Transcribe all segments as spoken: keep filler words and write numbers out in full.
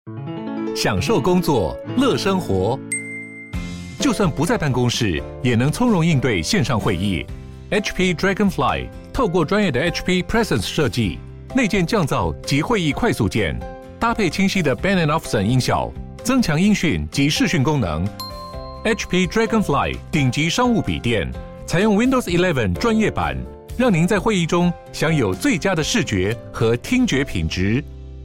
享受工作，乐生活。就算不在办公室，也能从容应对线上会议。H P Dragonfly 透过专业的 H P Presence 设计，内建降噪及会议快速键，搭配清晰的 Bang and Olufsen 音效，增强音讯及视讯功能。H P Dragonfly 顶级商务笔电，采用 Windows 十一专业版，让您在会议中享有最佳的视觉和听觉品质。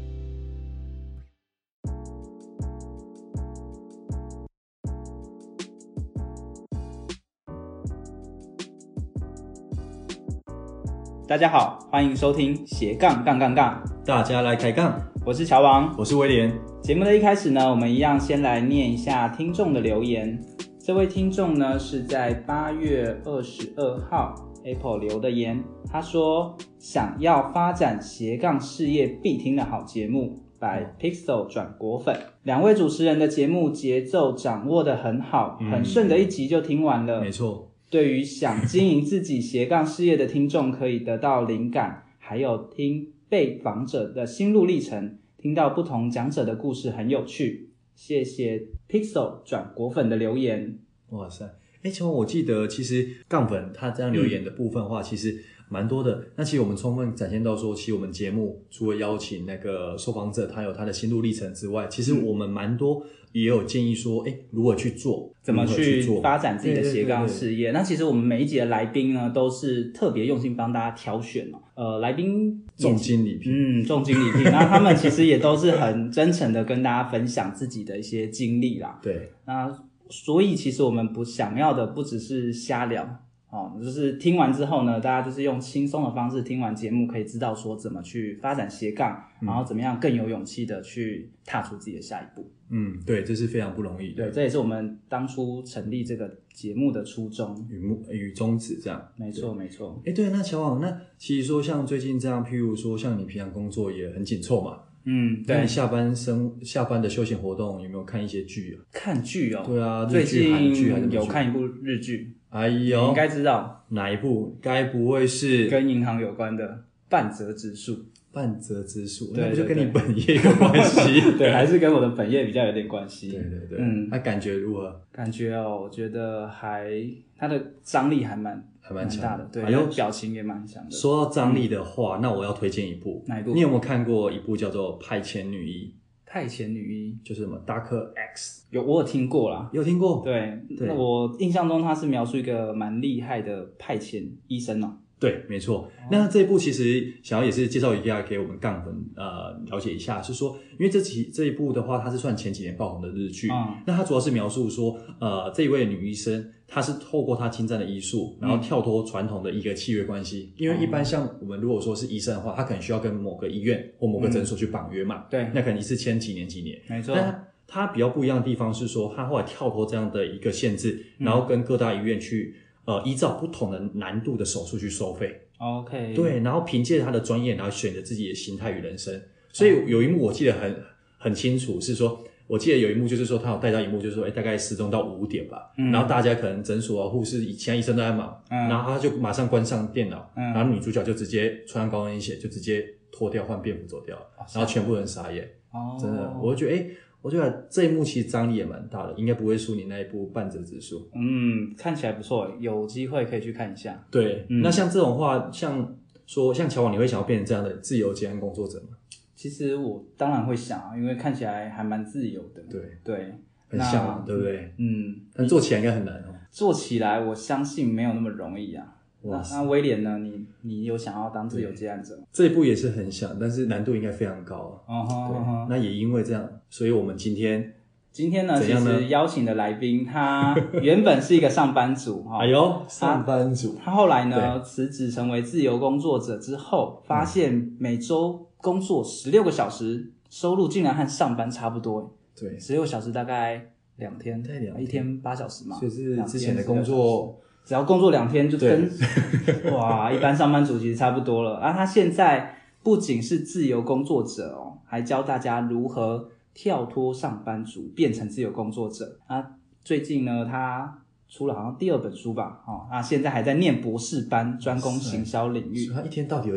大家好，欢迎收听斜杠杠杠杠， 大家来开杠。 我是乔王， 我是威廉。 节目的一开始呢，我们一样先来念一下听众的留言。这位听众呢是在八月二十二号 Apple 留的言，他说想要发展斜杠事业必听的好节目 by Pixel 转果粉，两位主持人的节目节奏掌握得很好，嗯、很顺的一集就听完了。 没错。 对于想经营自己斜杠事业的听众可以得到灵感，还有听被访者的心路历程，听到不同讲者的故事很有趣。谢谢 Pixel 转果粉的留言。 哇塞，诶乔，我记得其实杠粉他这样留言的部分的话、嗯、其实蛮多的。那其实我们充分展现到说，其实我们节目除了邀请那个受访者他有他的心路历程之外，其实我们蛮多也有建议说诶如何去做， 怎么去发展自己的斜杠事业。那其实我们每一集的来宾呢都是特别用心帮大家挑选哦。呃来宾重金礼聘， 嗯重金礼聘那他们其实也都是很真诚的跟大家分享自己的一些经历啦。 对， 那所以其实我们不想要的不只是瞎聊哦，就是听完之后呢，大家就是用轻松的方式听完节目，可以知道说怎么去发展斜杠、嗯、然后怎么样更有勇气的去踏出自己的下一步。 嗯，对，这是非常不容易的。 对，这也是我们当初成立这个节目的初衷与目与宗旨这样。 没错没错。 诶对，那乔王，那其实说像最近这样，譬如说像你平常工作也很紧凑嘛， 嗯，对。 那你下班生下班的休闲活动有没有看一些剧啊？ 看剧哦。 对啊， 最近韩剧还是有看一部日剧。 哎呦， 你应该知道哪一部？该不会是跟银行有关的半泽直树？ 半泽直树， 对对对， 那不就跟你本业有关系？ 对，还是跟我的本业比较有点关系。 对对对， 嗯， 那感觉如何？ 感觉哦，我觉得还它的张力还蛮还蛮大的，对， 还有表情也蛮强的。 说到张力的话、嗯，那我要推荐一部， 哪一部？ 你有没有看过一部叫做《派遣女医》？ 派遣女医就是什么 Doctor X， 有我有听过啦， 有听过？ 对， 对， 那我印象中他是描述一个蛮厉害的派遣医生哦。 对，没错。哦、那这一部其实想要也是介绍一下给我们杠粉呃了解一下，是说因为这期这一部的话，它是算前几年爆红的日剧、嗯，那它主要是描述说呃这一位女医生，她是透过她精湛的医术，然后跳脱传统的一个契约关系、嗯，因为一般像我们如果说是医生的话，他可能需要跟某个医院或某个诊所去绑约嘛， 嗯、对， 那可能一次签几年几年， 没错。 但他比较不一样的地方是说，他后来跳脱这样的一个限制，然后跟各大医院去呃依照不同的难度的手术去收费。 OK， 对，然后凭借他的专业，然后选择自己的心态与人生。所以有一幕我记得很很清楚，是说我记得有一幕就是说他有带到一幕，就是说哎大概十钟到五点吧、嗯，然后大家可能诊所啊护士其他医生都在忙、嗯，然后他就马上关上电脑、嗯，然后女主角就直接穿上高跟鞋就直接脱掉换便服走掉、哦、然后全部人傻眼。哦，真的，我就觉得哎。我觉得这一幕其实张力也蛮大的，应该不会输你那一部半泽直树。 嗯，看起来不错，有机会可以去看一下。 对、嗯，那像这种话，像说像乔王，你会想要变成这样的自由接案工作者吗？ 其实我当然会想啊，因为看起来还蛮自由的。 对对， 很向往，对不对？ 嗯， 但做起来应该很难哦。 做起来，我相信没有那么容易啊。那, 那威廉呢？你你有想要当自由接案者吗？ 这一步也是很想，但是难度应该非常高啊。 哦、uh-huh, 对、 uh-huh. 那也因为这样，所以我们今天今天呢，其实邀请的来宾，他原本是一个上班族哈。 哎呦，上班族。 他, 他后来呢辞职成为自由工作者之后，发现每周工作十六个小时，收入竟然和上班差不多。 对， 十六个小时大概两天， 对，两天， 一天八小时嘛。 所以是之前的工作。 只要工作两天就跟哇一般上班族其实差不多了啊！他现在不仅是自由工作者哦，还教大家如何跳脱上班族变成自由工作者啊！最近呢，他出了好像第二本书吧，哦，啊，现在还在念博士班，专攻行销领域。 他一天到底有几多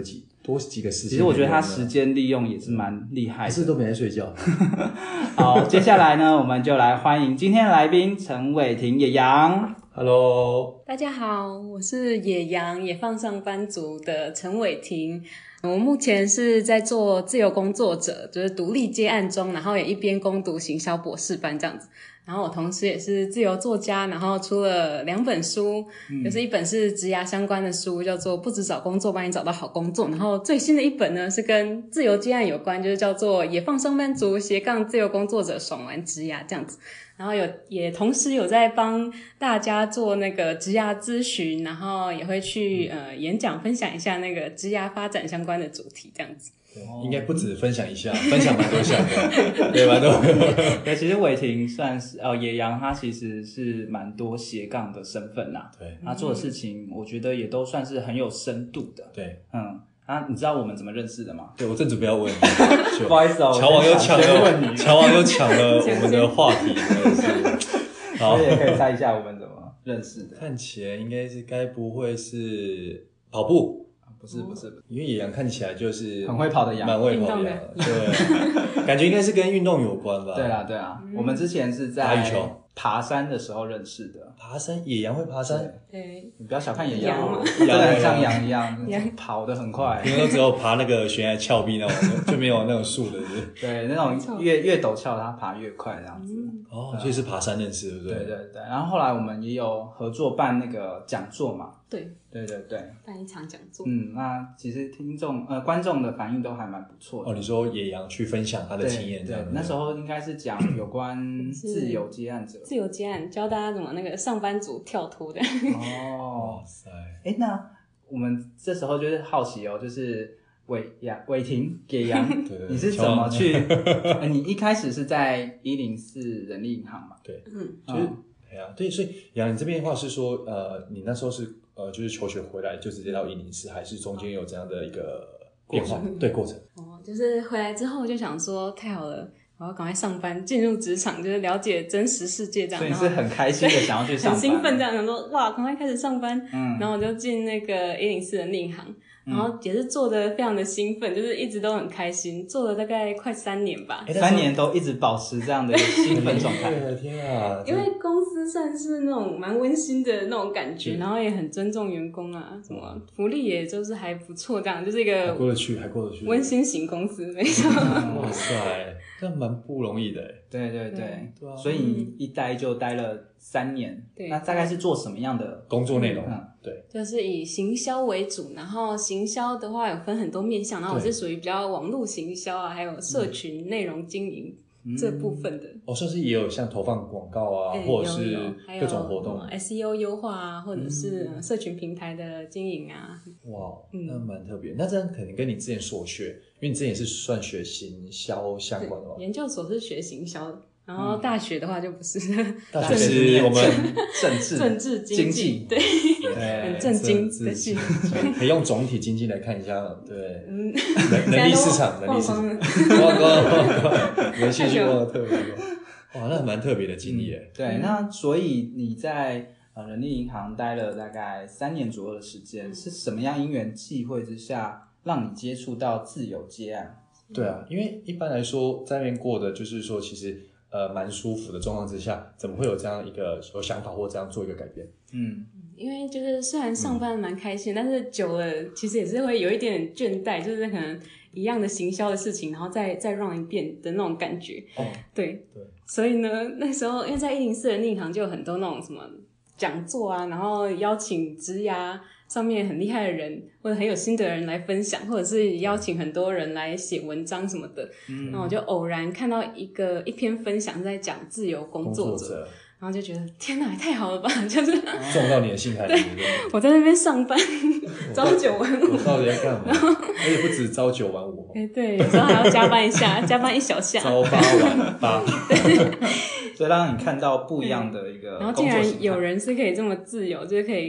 多几个时间。 其实我觉得他时间利用也是蛮厉害的， 还是都没在睡觉。 好，接下来呢，我们就来欢迎今天的来宾陈伟霆野羊。 Hello， 大家好，我是野羊野放上班族的陈伟霆。我目前是在做自由工作者，就是独立接案中，然后也一边攻读行销博士班这样子。然后我同时也是自由作家，然后出了两本书，嗯、就是一本是职涯相关的书，叫做《不只找工作，帮你找到好工作》。然后最新的一本呢是跟自由接案有关，就是叫做《野放上班族斜杠自由工作者爽玩职涯》这样子。然后有也同时有在帮大家做那个职涯咨询，然后也会去呃演讲分享一下那个职涯发展相关的主题这样子。 应该不止分享一下，分享蛮多项的，对蛮多。 对，其实伟霆算是哦，野羊他其实是蛮多斜杠的身份呐。 对， 他做的事情，我觉得也都算是很有深度的。 对， 嗯。啊，你知道我们怎么认识的吗？ 对，我正准备要问， 不好意思哦， 乔王又抢了，乔王又抢了我们的话题，真的是。好， 所以也可以猜一下我们怎么认识的。 看起来应该是该不会是跑步？ 不是不是， 因为野羊看起来就是很会跑的羊， 蛮会跑的羊，对，感觉应该是跟运动有关吧？ 对啦对啦，嗯、我们之前是在打羽球。 爬山的时候认识的。 爬山，野羊会爬山？ 对， 你不要小看野羊， 羊真的很像羊一样，跑得很快。 因为都只有爬那个悬崖峭壁那种，就没有那种树的。 对，那种越越陡峭，它爬越快这样子。 哦，所以是爬山认识，对不对？ 对对对。然后后来我们也有合作办那个讲座嘛。 对对对对， 办一场讲座。 嗯，那其实听众呃观众的反应都还蛮不错的。 哦，你说野羊去分享他的经验， 对对，那时候应该是讲有关自由接案者， 自由接案教大家怎么那个上班族跳脱的。 哦，哇塞！哎，那我们这时候就是好奇哦，就是伟羊伟霆野羊，你是怎么去？呃、你一开始是在一零四人力银行嘛？ 对，嗯，就是对啊，对，所以羊，你这边的话是说，呃，你那时候是呃，就是求学回来就直接到一零四，还是中间有这样的一个变化？对，过程。 哦，就是回来之后就想说，太好了。我要赶快上班，进入职场，就是了解真实世界这样。 所以你是很开心的想要去上班， 很兴奋这样，想说哇，赶快开始上班。嗯，然后我就进那个一零四人力银行，然后也是做的非常的兴奋，就是一直都很开心，做了大概快三年吧。 欸、三年都一直保持这样的兴奋状态。 天啊！ 因为公司算是那种蛮温馨的那种感觉，然后也很尊重员工啊，什么福利也就是还不错，这样就是一个还过得去，还过得去， 温馨型公司，没错。 哇塞！这蛮不容易的诶。 对对对，对啊，所以你一待就待了三年。 对， 那大概是做什么样的工作内容？嗯，对， 就是以行销为主，然后行销的话有分很多面向，然后我是属于比较网络行销啊，还有社群内容经营。嗯这部分的哦，甚至也有像投放广告啊，欸、或者是各种活动、 嗯、S E O 优化啊，或者是社群平台的经营啊。 哇，那蛮特别。那这样可能跟你之前所学，因为你之前也是算学行销相关的嘛。 研究所是学行销的，然后大学的话就不是。 嗯、大学是我们政治、 政治经济，对，很正经的系。 可以用总体经济来看一下，对，嗯，人力市场，人力市场，忘光忘光，人兴趣忘得特别多。哇，那蛮特别的经历耶。 对，那所以你在呃人力银行待了大概三年左右的时间，是什么样因缘际会之下让你接触到自由接案？ 对啊，因为一般来说在那边过的就是说其实呃蛮舒服的状况之下，怎么会有这样一个有想法或这样做一个改变？ 嗯，因为就是虽然上班蛮开心，嗯、但是久了其实也是会有一点倦怠，就是可能一样的行销的事情，然后再再 run 一遍的那种感觉。哦，对对，所以呢，那时候因为在一零四人力银行就有很多那种什么讲座啊，然后邀请职涯上面很厉害的人或者很有心得的人来分享，或者是邀请很多人来写文章什么的。嗯，然后我就偶然看到一个一篇分享在讲自由工作者。工作者然后就觉得天哪，也太好了吧！就是撞到你的心坎里面。 我在那边上班，朝九晚五。 我到底在干嘛？而且不止朝九晚五。 哎、欸，对，有时候还要加班一下，加班一小下。 朝八晚八。 所以让你看到不一样的一个工作形态。 然后竟然有人是可以这么自由，就是可以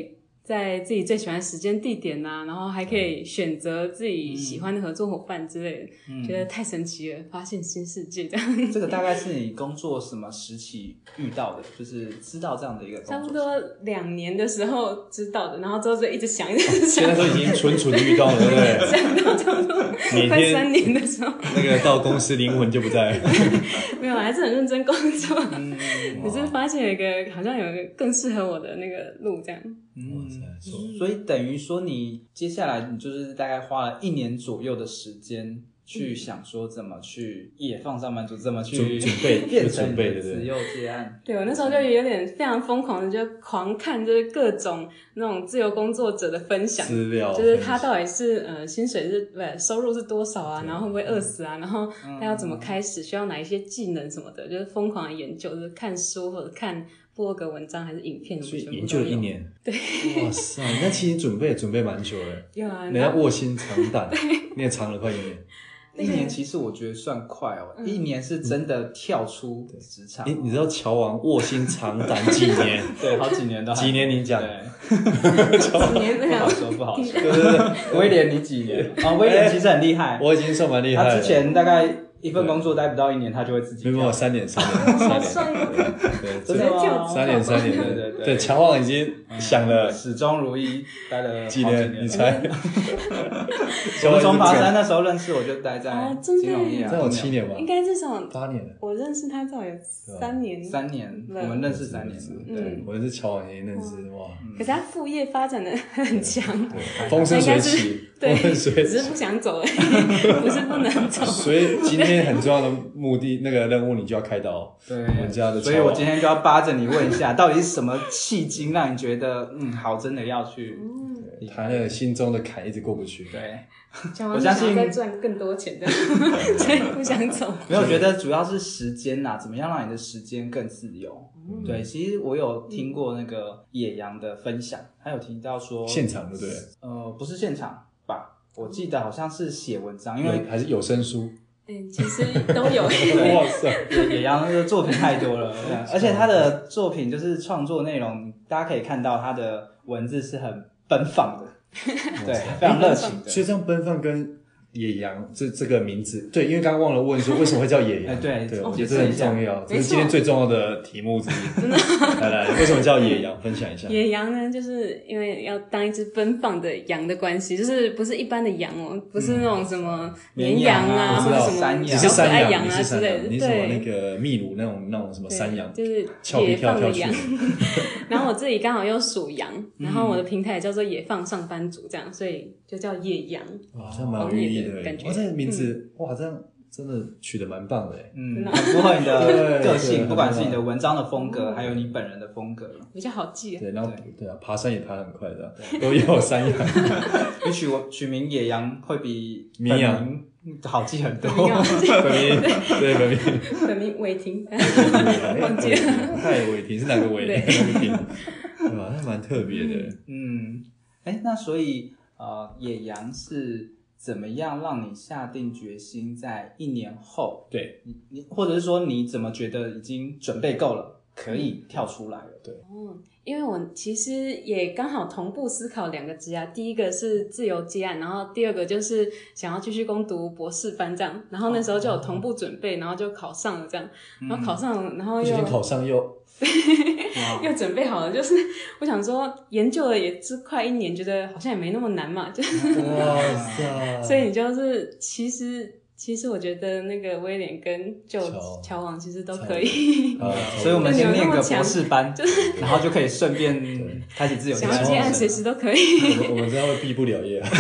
在自己最喜欢的时间地点啊，然后还可以选择自己喜欢的合作伙伴之类的，嗯、觉得太神奇了，发现新世界这样。 这个大概是你工作什么时期遇到的？就是知道这样的一个工作， 差不多两年的时候知道的，然后之后就一直想，一直想。 现在都已经蠢蠢欲动了，对不对？ 想到差不多快三年的时候， 那个到公司灵魂就不在。 没有，还是很认真工作，嗯、只是发现有一个好像有一个更适合我的那个路这样。 嗯，所以等于说你接下来你就是大概花了一年左右的时间去想说怎么去野放上班族，怎么去准备变成你的自由接案。 对，我那时候就有点非常疯狂的，就狂看就是各种那种自由工作者的分享资料， 就是他到底是呃薪水是不收入是多少啊，然后会不会饿死啊，然后他要怎么开始，需要哪一些技能什么的，就是疯狂的研究，就是看书或者看部落格文章还是影片， 所以研究了一年。 对， 哇塞，那其实准备准备蛮久的。 有啊， 人家卧薪尝胆，你也尝了快一年。 一年其实我觉得算快哦，嗯、一年是真的跳出职场。 你、欸、你知道乔王卧薪尝胆几年？ 对，好几年都几年你讲？ 对， 几年不好说，不好说。对对对，威廉你几年？啊、哦，威廉其实很厉害， 我已经算蛮厉害了。 他之前大概一份工作待不到一年，他就会自己跳。 没有三年，三年，三年，对， 真的吗？ 三年，三年， 对对对。 对，乔王已经想了， 始终如一，待了几年？你猜？ 我们从爬山那时候认识，我就待在金融业啊， 这有七年吧？ 应该至少八年了。 我认识他至少有三年， 三年，我们认识三年了。 对，我认识乔王已经认识哇。 可是他副业发展的很强， 风生水起， 对， 风生水起， 只是不想走而已，不是不能走。 所以今天很重要的目的，那个任务你就要开刀。 对， 我们家的， 所以我今天就要扒着你问一下，到底是什么契机让你觉得，嗯，好，真的要去。 他那个心中的坎一直过不去。 对， 我相信再赚更多钱的，所以不想走。 没有，我觉得主要是时间呐，怎么样让你的时间更自由？嗯、对，其实我有听过那个野羊的分享，他有提到说现场对不对？ 呃，不是现场吧？我记得好像是写文章，因为还是有声书。 嗯，其实都有。 哇塞， 野羊的作品太多了，而且他的作品就是创作内容，大家可以看到他的文字是很奔放的，对，非常热情的。 所以这样奔放跟野羊这这个名字，对，因为刚刚忘了问说为什么会叫野羊， 哎、对， 对， 我觉得这很重要，这是今天最重要的题目之一。真的，来来，为什么叫野羊？分享一下。 野羊呢，就是因为要当一只奔放的羊的关系，就是不是一般的羊哦，不是那种什么绵羊啊，或者什么山羊， 你是山羊， 羊啊之类的， 你是什么那个秘鲁那种那种什么山羊， 就是俏皮跳跳去。 然后我自己刚好又属羊，然后我的平台也叫做野放上班族，这样，所以就叫野羊。 哇，这蛮有寓意的感觉。 哇，这个名字，哇，这样真的取得蛮棒的诶。 嗯，很符合你的个性，不管是你的文章的风格，还有你本人的风格， 比较好记。 对，然后对啊，爬山也爬很快的，都有山羊。 你取我取名野羊会比绵羊好记很多。 本名对本名本名伟霆，忘记了。 太伟霆是哪个伟？哪个霆？对吧？那蛮特别的。 嗯，哎，那所以呃，野羊是怎么样让你下定决心在一年后， 对你你或者是说你怎么觉得已经准备够了，可以跳出来了？对， 嗯，因为我其实也刚好同步思考两个职涯，第一个是自由接案，然后第二个就是想要继续攻读博士班这样，然后那时候就有同步准备，然后就考上了这样，然后考上了，然后又已经考上又又准备好了，就是我想说研究了也是快一年，觉得好像也没那么难嘛，就是哇塞， 所以你就是其实。其实我觉得那个威廉跟就乔王其实都可以， 所以我们先念个博士班，就是然后就可以顺便开始自由接案， 想要接案随时都可以。 我们这样会毕不了业。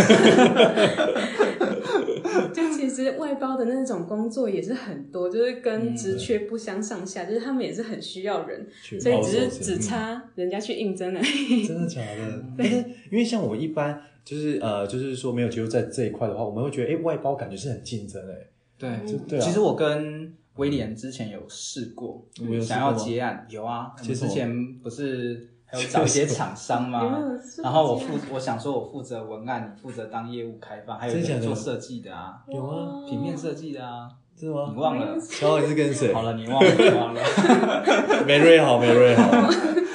就其实外包的那种工作也是很多，就是跟职缺不相上下，嗯、就是他们也是很需要人，所以只是只差人家去应征而已。 真的假的？但是因为像我一般。就是呃，就是说没有接触在这一块的话，我们会觉得，哎，外包感觉是很竞争诶。 对， 就对啊。 其实我跟威廉之前有试过， 我有想要接案，有啊。我们之前不是还有找一些厂商吗？然后我负，我想说我负责文案，你负责当业务开发，还有人做设计的啊， 有啊， 平面设计的啊。 是吗？ 你忘了？ 乔你是跟谁？ 好了，你忘了，你忘了。 梅瑞好，梅瑞好。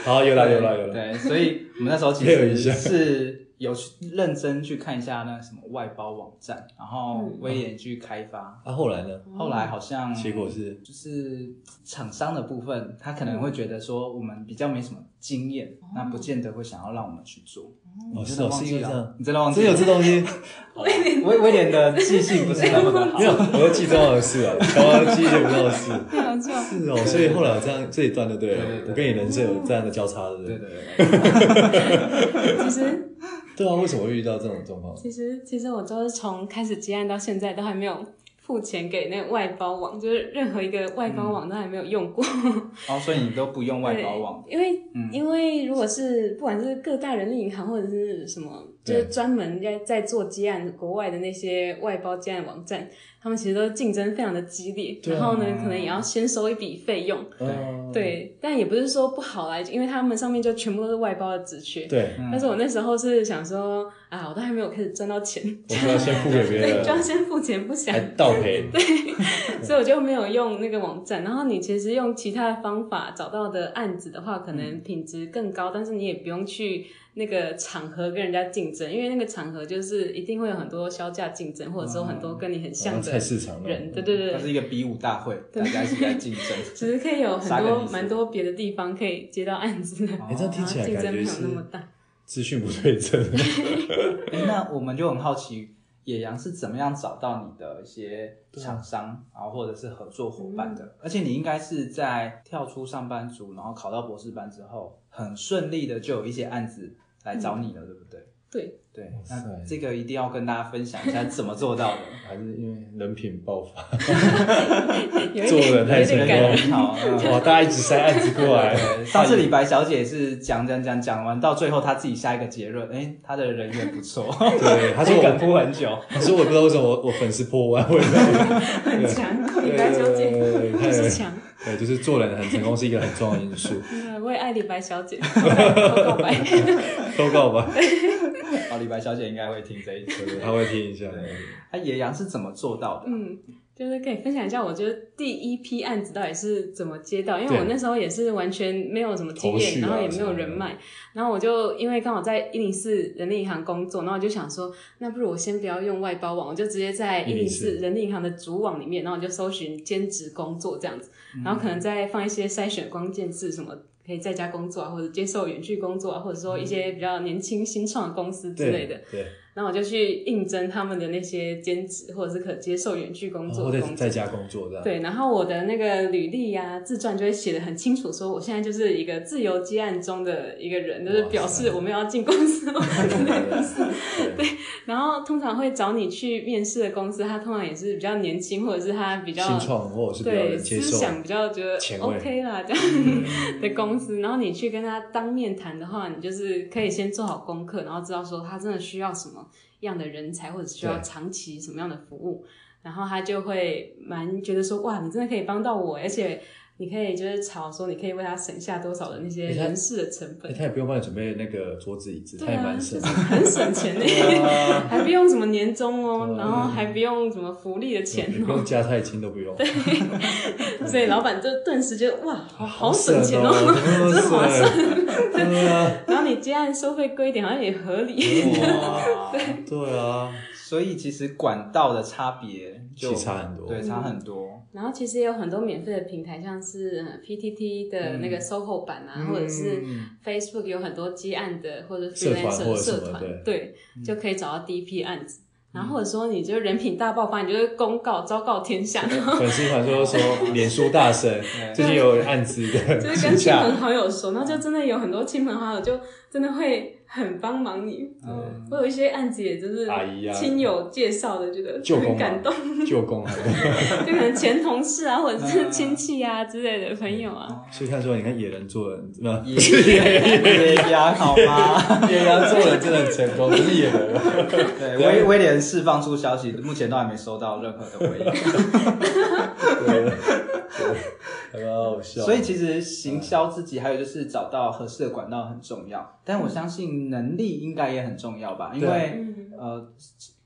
好，有啦有啦有啦。 对，所以我们那时候其实是有去认真去看一下那什么外包网站，然后威廉去开发。 啊，后来呢？ 后来好像结果是就是厂商的部分，他可能会觉得说我们比较没什么经验，嗯、那不见得会想要让我们去做。 哦，是哦，是因为这样， 你真的忘记了？ 真有这东西？ 威威廉的记性不是那么的好， 没有，我都记重要的事啊，我记一些不重要的事。 没有错。 是哦，所以后来有这样这一段就对了。对对对，我跟你人生有这样的交叉，对不对？ 对对对。 其实。 对啊，为什么会遇到这种状况？ 其实，其实我都是从开始接案到现在都还没有付钱给那个外包网，就是任何一个外包网都还没有用过。 嗯、哦，所以你都不用外包网？ 因为、 嗯、 因为如果是不管是各大人力银行或者是什么，就是专门在在做接案国外的那些外包接案网站，他们其实都竞争非常的激烈，然后呢，可能也要先收一笔费用。 嗯、 对，但也不是说不好啦，因为他们上面就全部都是外包的职缺。 对， 但是我那时候是想说啊，我都还没有开始赚到钱， 我就要先付给别人， 对，就要先付钱，不想还倒赔。 对，所以我就没有用那个网站。然后你其实用其他的方法找到的案子的话，可能品质更高，但是你也不用去那个场合跟人家竞争，因为那个场合就是一定会有很多销价竞争，或者说很多跟你很像的菜市场人，对对对， 它是一个比武大会，大家一起来竞争。 其实可以有很多蛮多别的地方可以接到案子的， 哎、欸，这样听起来感觉是资讯不对称。 哎、欸，那我们就很好奇，野羊是怎么样找到你的一些厂商，然后或者是合作伙伴的？嗯、而且你应该是在跳出上班族，然后考到博士班之后，很顺利的就有一些案子来找你了，嗯、对不对？ 对对，那这个一定要跟大家分享一下怎么做到的。 还是因为人品爆发， 做人太成功， 好，嗯、 哇！大家一直塞案子过来。 上次李白小姐是讲讲讲讲完，到最后她自己下一个结论，哎、欸，她的人缘不错。 对，她说我梗铺很久， 她说我不知道为什么我我粉丝破万，为什么？ 很强，李白小姐就是强。 对，就是做人很成功是一个很重要的因素。 我也爱李白小姐，偷告白， 偷告白。 哦，李白小姐应该会听这一次， 她会听一下。 那野羊是怎么做到的？ 嗯，就是可以分享一下，我觉得第一批案子到底是怎么接到，因为我那时候也是完全没有什么经验， 啊、 然后也没有人脉，然后我就因为刚好在一零四人力银行工作，然后我就想说，那不如我先不要用外包网，我就直接在一零四人力银行的主网里面，然后我就搜寻兼职工作这样子，然后可能再放一些筛选关键字什么。可以在家工作啊，或者接受远距工作啊，或者说一些比较年轻新创的公司之类的。 对。对， 然后我就去应征他们的那些兼职，或者是可接受远距工作的工作， 或者在家工作这样。 对，然后我的那个履历啊、自传就会写得很清楚，说我现在就是一个自由接案中的一个人，就是表示我们要进公司或者类公司。对，然后通常会找你去面试的公司，他通常也是比较年轻，或者是他比较新创，或者是比较对接受思想比较觉得 OK 啦这样、嗯、的公司，然后你去跟他当面谈的话，你就是可以先做好功课，然后知道说他真的需要什么样的人才，或者需要长期什么样的服务，然后他就会蛮觉得说哇，你真的可以帮到我，而且你可以就是吵说你可以为他省下多少的那些人事的成本， 欸、他也不用帮你准备那个桌子椅子，啊、他也蛮省的， 很省钱的啊、还不用什么年终哦、啊、然后还不用什么福利的钱哦， 不用加菜金都不用， 对，所以老板就顿时觉得哇好好省钱哦，真划算，对啊，然后你接案收费贵一点好像也合理， 哇对对啊， 所以其实管道的差别就差很多， 对，差很多。 然后其实也有很多免费的平台，像是 P T T 的那个 S O H O 版啊，嗯、或者是 Facebook 有很多接案的或者 freelancer 的社团，对，对嗯、就可以找到第一批案子。然后或者说你就人品大爆发，你就是公告昭告天下， 粉丝团说说脸书大神最近有案子的， 就是跟亲朋好友说，然后就真的有很多亲朋好友就真的会很帮忙你。嗯，我有一些案子也就是亲友介绍的，觉得很感动。 舅公啊， 就可能前同事啊，或者是亲戚啊之类的朋友啊。 所以看说，你看野人做人， 野野羊好吗？ 野羊做人真的很成功，不是野人。 对，威威廉释放出消息，目前都还没收到任何的回应。 对，还蛮好笑。 所以其实行销自己，还有就是找到合适的管道很重要，但我相信能力应该也很重要吧，因为呃。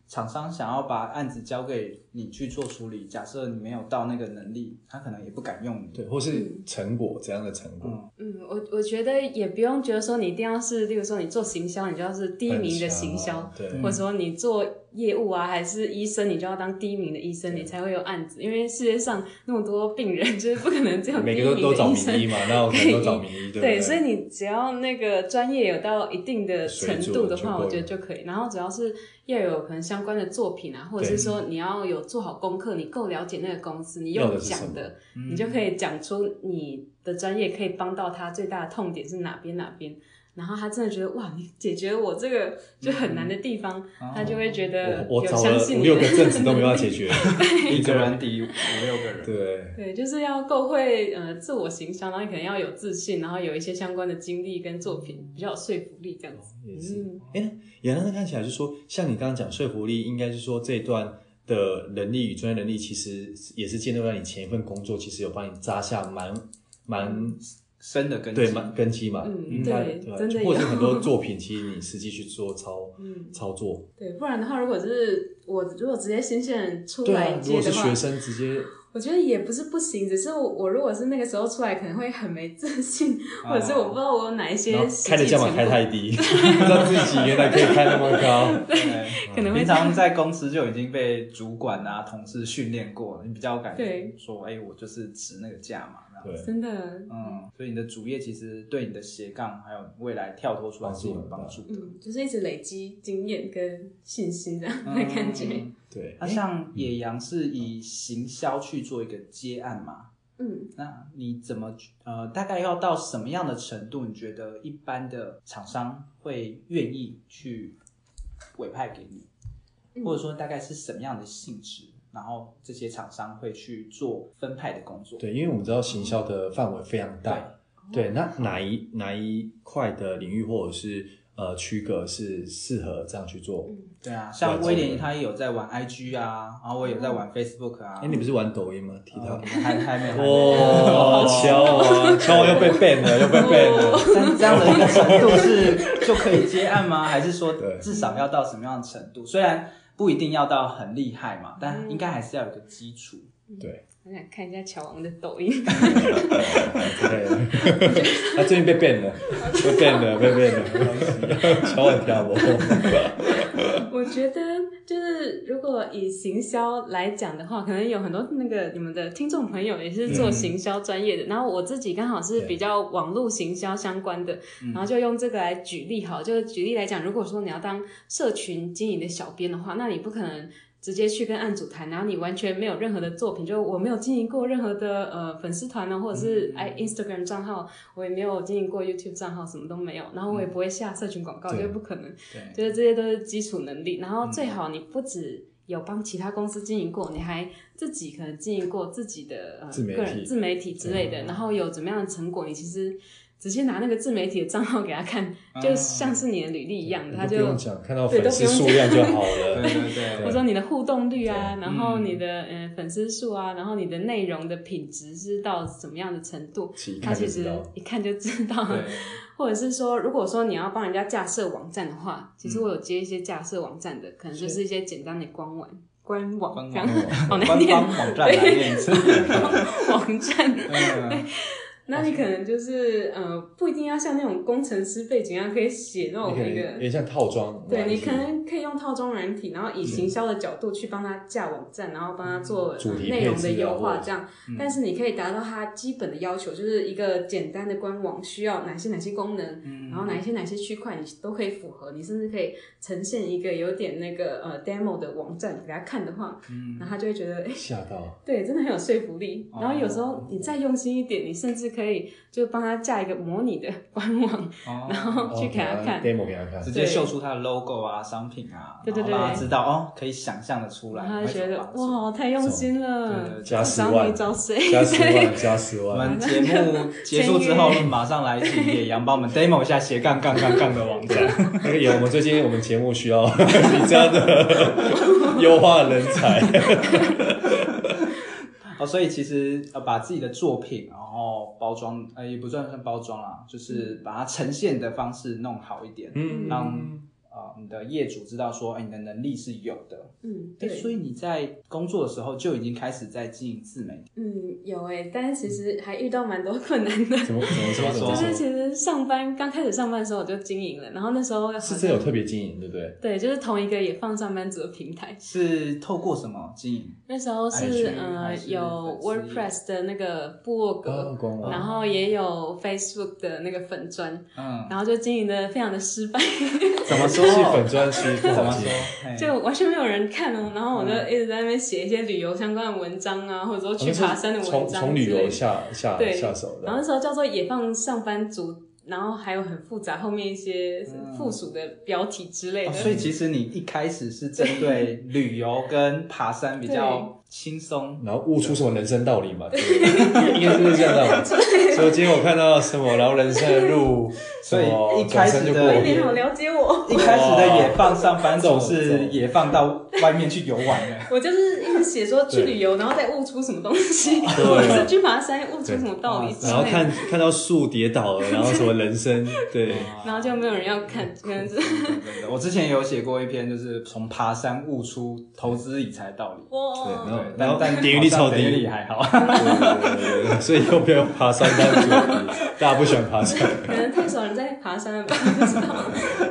厂商想要把案子交给你去做处理，假设你没有到那个能力，他可能也不敢用你。 对，或是成果怎样的成果？ 嗯，我我觉得也不用觉得说你一定要是，例如说你做行销，你就要是第一名的行销， 啊、对， 或者说你做业务啊，还是医生，你就要当第一名的医生，你才会有案子。因为世界上那么多病人，就是不可能只有第一名的医生。 每个都都找名医嘛，那我可能都找名医，对不对？ 对，所以你只要那个专业有到一定的程度的话，我觉得就可以。然后主要是要有可能相关的作品啊，或者是说你要有做好功课，你够了解那个公司，你用讲的，你就可以讲出你的专业可以帮到他最大的痛点是哪边哪边。然后他真的觉得哇，你解决我这个就很难的地方，嗯、他就会觉得有相信你的。 我我找了五六个正职都没办法解决， 一个人抵五六个人。 对对，就是要够会呃自我行销，然后你可能要有自信，然后有一些相关的经历跟作品，比较有说服力这样子。 哦、也是，哎、嗯，杨洋看起来就是说，像你刚刚讲说服力，应该是说这一段的能力与专业能力，其实也是建立在你前一份工作，其实有帮你扎下蛮蛮。 深的根基， 对根基嘛， 嗯，对， 对， 真的有， 或者很多作品，其实你实际去做操、 嗯、 操作， 对，不然的话，如果是我如果直接新鲜人出来接的话， 对啊，如果是学生直接， 我觉得也不是不行，只是我我如果是那个时候出来，可能会很没自信， 啊、 或者是我不知道我有哪一些开的价码开太低，不知道自己原来可以开那么高， 对， 可能会平常在公司就已经被主管啊、同事训练过了，你比较有感觉说，哎、欸，我就是值那个价嘛。 对， 真的， 嗯，所以你的主业其实对你的斜杠还有未来跳脱出来是有帮助的， 嗯，就是一直累积经验跟信心的那感觉。 嗯、对， 那、啊、像野羊是以行销去做一个接案嘛？ 嗯， 那你怎么呃，大概要到什么样的程度，你觉得一般的厂商会愿意去委派给你， 嗯、 或者说大概是什么样的性质？然后这些厂商会去做分派的工作。 对，因为我们知道行销的范围非常大。对，对，那哪一哪一块的领域或者是呃区隔是适合这样去做？ 嗯、 对啊，像威廉他也有在玩 I G 啊，然后我也有在玩 Facebook 啊。 哎、欸，你不是玩抖音吗？提到、 呃、还还没。 哦，敲啊，敲完又被 ban 了，又被 ban 了。 但这样的一个程度是就可以接案吗？还是说至少要到什么样的程度？虽然不一定要到很厉害嘛，但应该还是要有个基础。 对， 我想看一下乔王的抖音。 他最近被 ban 了，被 ban 了，被 ban 了。乔王跳舞。 我觉得就是如果以行销来讲的话，可能有很多那个你们的听众朋友也是做行销专业的，嗯、然后我自己刚好是比较网络行销相关的，然后就用这个来举例好，就是举例来讲，如果说你要当社群经营的小编的话，那你不可能直接去跟案主谈，然后你完全没有任何的作品，就我没有经营过任何的呃粉丝团呢，或者是 Instagram 账号，我也没有经营过 YouTube 账号，什么都没有，然后我也不会下社群广告，就不可能，就是这些都是基础能力。然后最好你不止有帮其他公司经营过，你还自己可能经营过自己的呃个人自媒体之类的，然后有怎么样的成果，你其实直接拿那个自媒体的账号给他看，嗯、就像是你的履历一样的，他就不用讲，看到粉丝数量就好了。 对对对， 或者说你的互动率啊，然后你的呃粉丝数啊，然后你的内容的品质是到什么样的程度，他其实一看就知道。或者是说，如果说你要帮人家架设网站的话，其实我有接一些架设网站的，可能就是一些简单的官网。官网，这样好难念。 官方网站来念一次。 网站。对。那你可能就是呃，不一定要像那种工程师背景一样可以写那种那个， 有点像套装。 对，你可能可以用套装软体，然后以行销的角度去帮他架网站，然后帮他做内容的优化，这样。嗯、但是你可以达到他基本的要求，就是一个简单的官网需要哪些哪些功能，嗯、然后哪一些哪些区块你都可以符合，你甚至可以呈现一个有点那个呃 demo 的网站给他看的话，嗯、然后他就会觉得哎， 吓到， 对，真的很有说服力。然后有时候你再用心一点，你甚至可以就帮他架一个模拟的官网，哦、然后去给他看 demo 给他看， 直接秀出他的 logo 啊、商品啊， 对对对， 让他知道哦，可以想象的出来。 他就觉得哇，太用心了， 加十万， 找谁？ 加十万，加十万。 我们节目结束之后，马上来请野羊帮我们 demo 一下斜杠杠杠杠的网站。 那个有，我们最近我们节目需要你这样的优化人才。 哦，所以其实呃，把自己的作品，然后包装，呃，也不算算包装啦，就是把它呈现的方式弄好一点，嗯，让呃你的业主知道说，哎，你的能力是有的。 嗯， 对。 对。 所以你在工作的时候就已经开始在经营自媒体。 嗯，有诶，但是其实还遇到蛮多困难的。 怎么怎么说？ 就是其实上班刚开始上班的时候我就经营了，然后那时候是真有特别经营，对不对？ 对，就是同一个野放上班族的平台。 是透过什么经营？ 那时候是呃有 WordPress 的那个部落格， 哦、 然后也有 Facebook 的那个粉专， 嗯， 然后就经营的非常的失败。 怎么说？ 是粉专是不好经营， 就完全没有人看哦。然后我就一直在那边写一些旅游相关的文章啊，或者说去爬山的文章之类的， 从从旅游下下下手的。 然后那时候叫做野放上班族。然后还有很复杂，后面一些附属的标题之类的。 嗯哦、所以其实你一开始是针对旅游跟爬山比较轻松， 然后悟出什么人生道理嘛？应该是这样的嘛。所以今天我看到什么，然后人生的路， 所以一开始的你好了解我。 一开始的野放上班族是野放到外面去游玩的。 我就是一直写说去旅游，然后再悟出什么东西，或者是去爬山悟出什么道理， 然后看看到树跌倒了，然后什么人生，对， 然后就没有人要看，可能是。 我之前有写过一篇，就是从爬山悟出投资理财道理。 哇， 对， 然后但点击率超低， 点击率还好。 对对对对，所以又不要爬山班族，大家不喜欢爬山。 可能太少人在爬山了吧，不知道。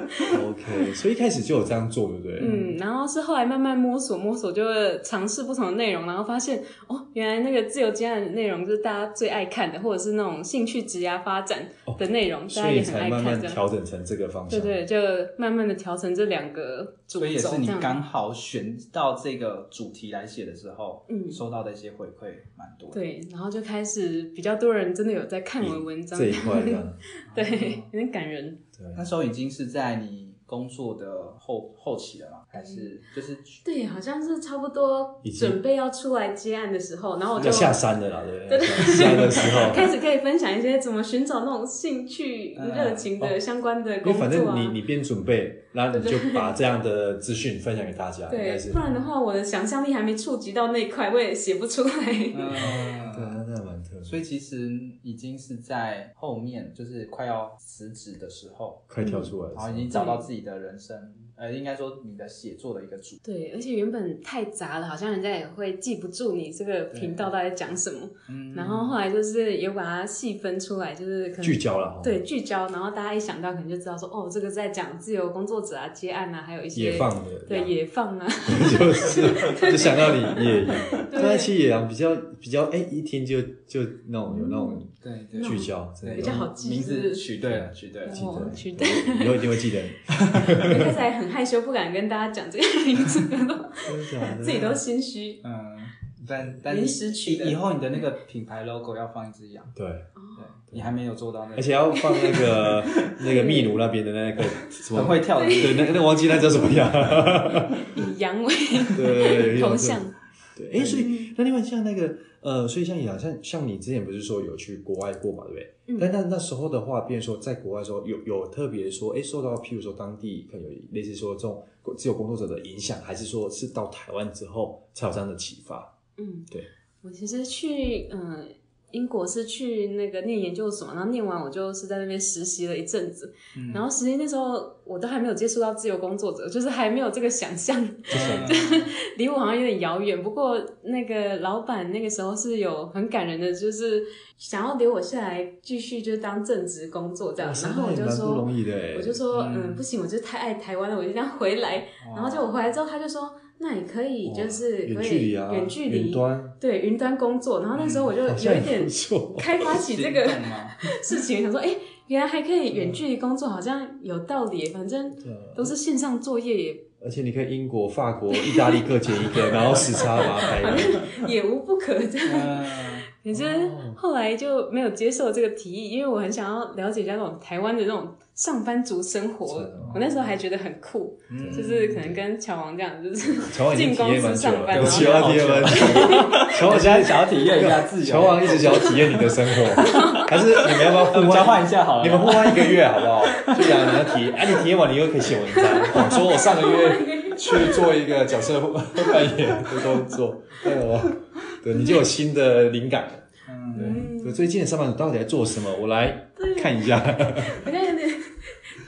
OK， 所以一开始就有这样做，对不对？ 嗯，然后是后来慢慢摸索摸索，就会尝试不同的内容，然后发现哦，原来那个自由接案的内容就是大家最爱看的，或者是那种兴趣职涯发展的内容，哦、大家也很爱看。 所以才慢慢调整成这个方向。 对对，就慢慢的调成这两个主轴。 所以也是你刚好选到这个主题来写的时候，嗯，收到的一些回馈蛮多的。 对，然后就开始比较多人真的有在看我的文章。 这一块的， 对，有点感人。 对， 那时候已经是在你工作的后后期了嘛？还是就是对，好像是差不多准备要出来接案的时候，然后我就下山的啦，对不对？ 下山的时候开始可以分享一些怎么寻找那种兴趣、热情的相关的工作啊。 因为反正你你边准备，然后你就把这样的资讯分享给大家。 对，不然的话，我的想象力还没触及到那一块，我也写不出来。 嗯， 对，那那蛮特别。 所以其实已经是在后面，就是快要辞职的时候， 快跳出来， 然后已经找到自己的人生。呃，应该说你的写作的一个主。 对，而且原本太杂了，好像人家也会记不住你这个频道到底在讲什么。嗯。然后后来就是有把它细分出来，就是可能聚焦了。 对，聚焦，然后大家一想到可能就知道说，哦，这个在讲自由工作者啊、接案啊，还有一些野放的。 对，野放啊。 就是就想到你野羊，但其实野羊比较比较哎，一听就就那种有那种对对聚焦， 对比较好记， 名字取对了，取对了， 记得取对， 以后一定会记得你。 一开始还很害羞，不敢跟大家讲这个名字，自己都心虚。 嗯，但但临时取的， 以后你的那个品牌 logo 要放一只羊。 对， 对，你还没有做到那个， 而且要放那个那个秘鲁那边的那个什么很会跳的， 对，那那忘记那叫什么羊， 以羊为对头像。 对，哎，所以那另外像那个呃，所以像养像像你之前不是说有去国外过嘛，对不对？嗯。但那那时候的话，变成说在国外的时候有有特别说，哎，受到譬如说当地可能有类似说这种自由工作者的影响，还是说是到台湾之后才有这样的启发？ 嗯， 对。 我其实去嗯、呃、英国是去那个念研究所，然后念完我就是在那边实习了一阵子，嗯、然后实习那时候我都还没有接触到自由工作者，就是还没有这个想象，就是离我好像有点遥远。不过那个老板那个时候是有很感人的，就是想要留我下来继续就是当正职工作这样，然后我就说， 不容易的我就说嗯, 嗯不行，我就太爱台湾了，我就这样回来。然后就我回来之后，他就说。那也可以，就是可以远距离， 云端对云端工作。然后那时候我就有一点开发起这个事情，想说，哎，原来还可以远距离工作，好像有道理。反正都是线上作业也， 而且你可以英国、法国、意大利各剪一个，然后时差把它排完， 也无不可这样。可是后来就没有接受这个提议，因为我很想要了解一下那种台湾的那种上班族生活。我那时候还觉得很酷，嗯、就是可能跟乔王这样，就是进公司上班。 乔王体验蛮久，乔王现在想要体验一下自由。 乔王一直想要体验你的生活，还是你们要不要互交换一下好了？ 你们互换一个月好不好？就讲你要体验，啊，你体验完你又可以写文章，哦、说我上个月去做一个角色扮演的工作，对哦，对，你就有新的灵感。嗯，对，最近的上班族到底在做什么？我来看一下。 我现在有点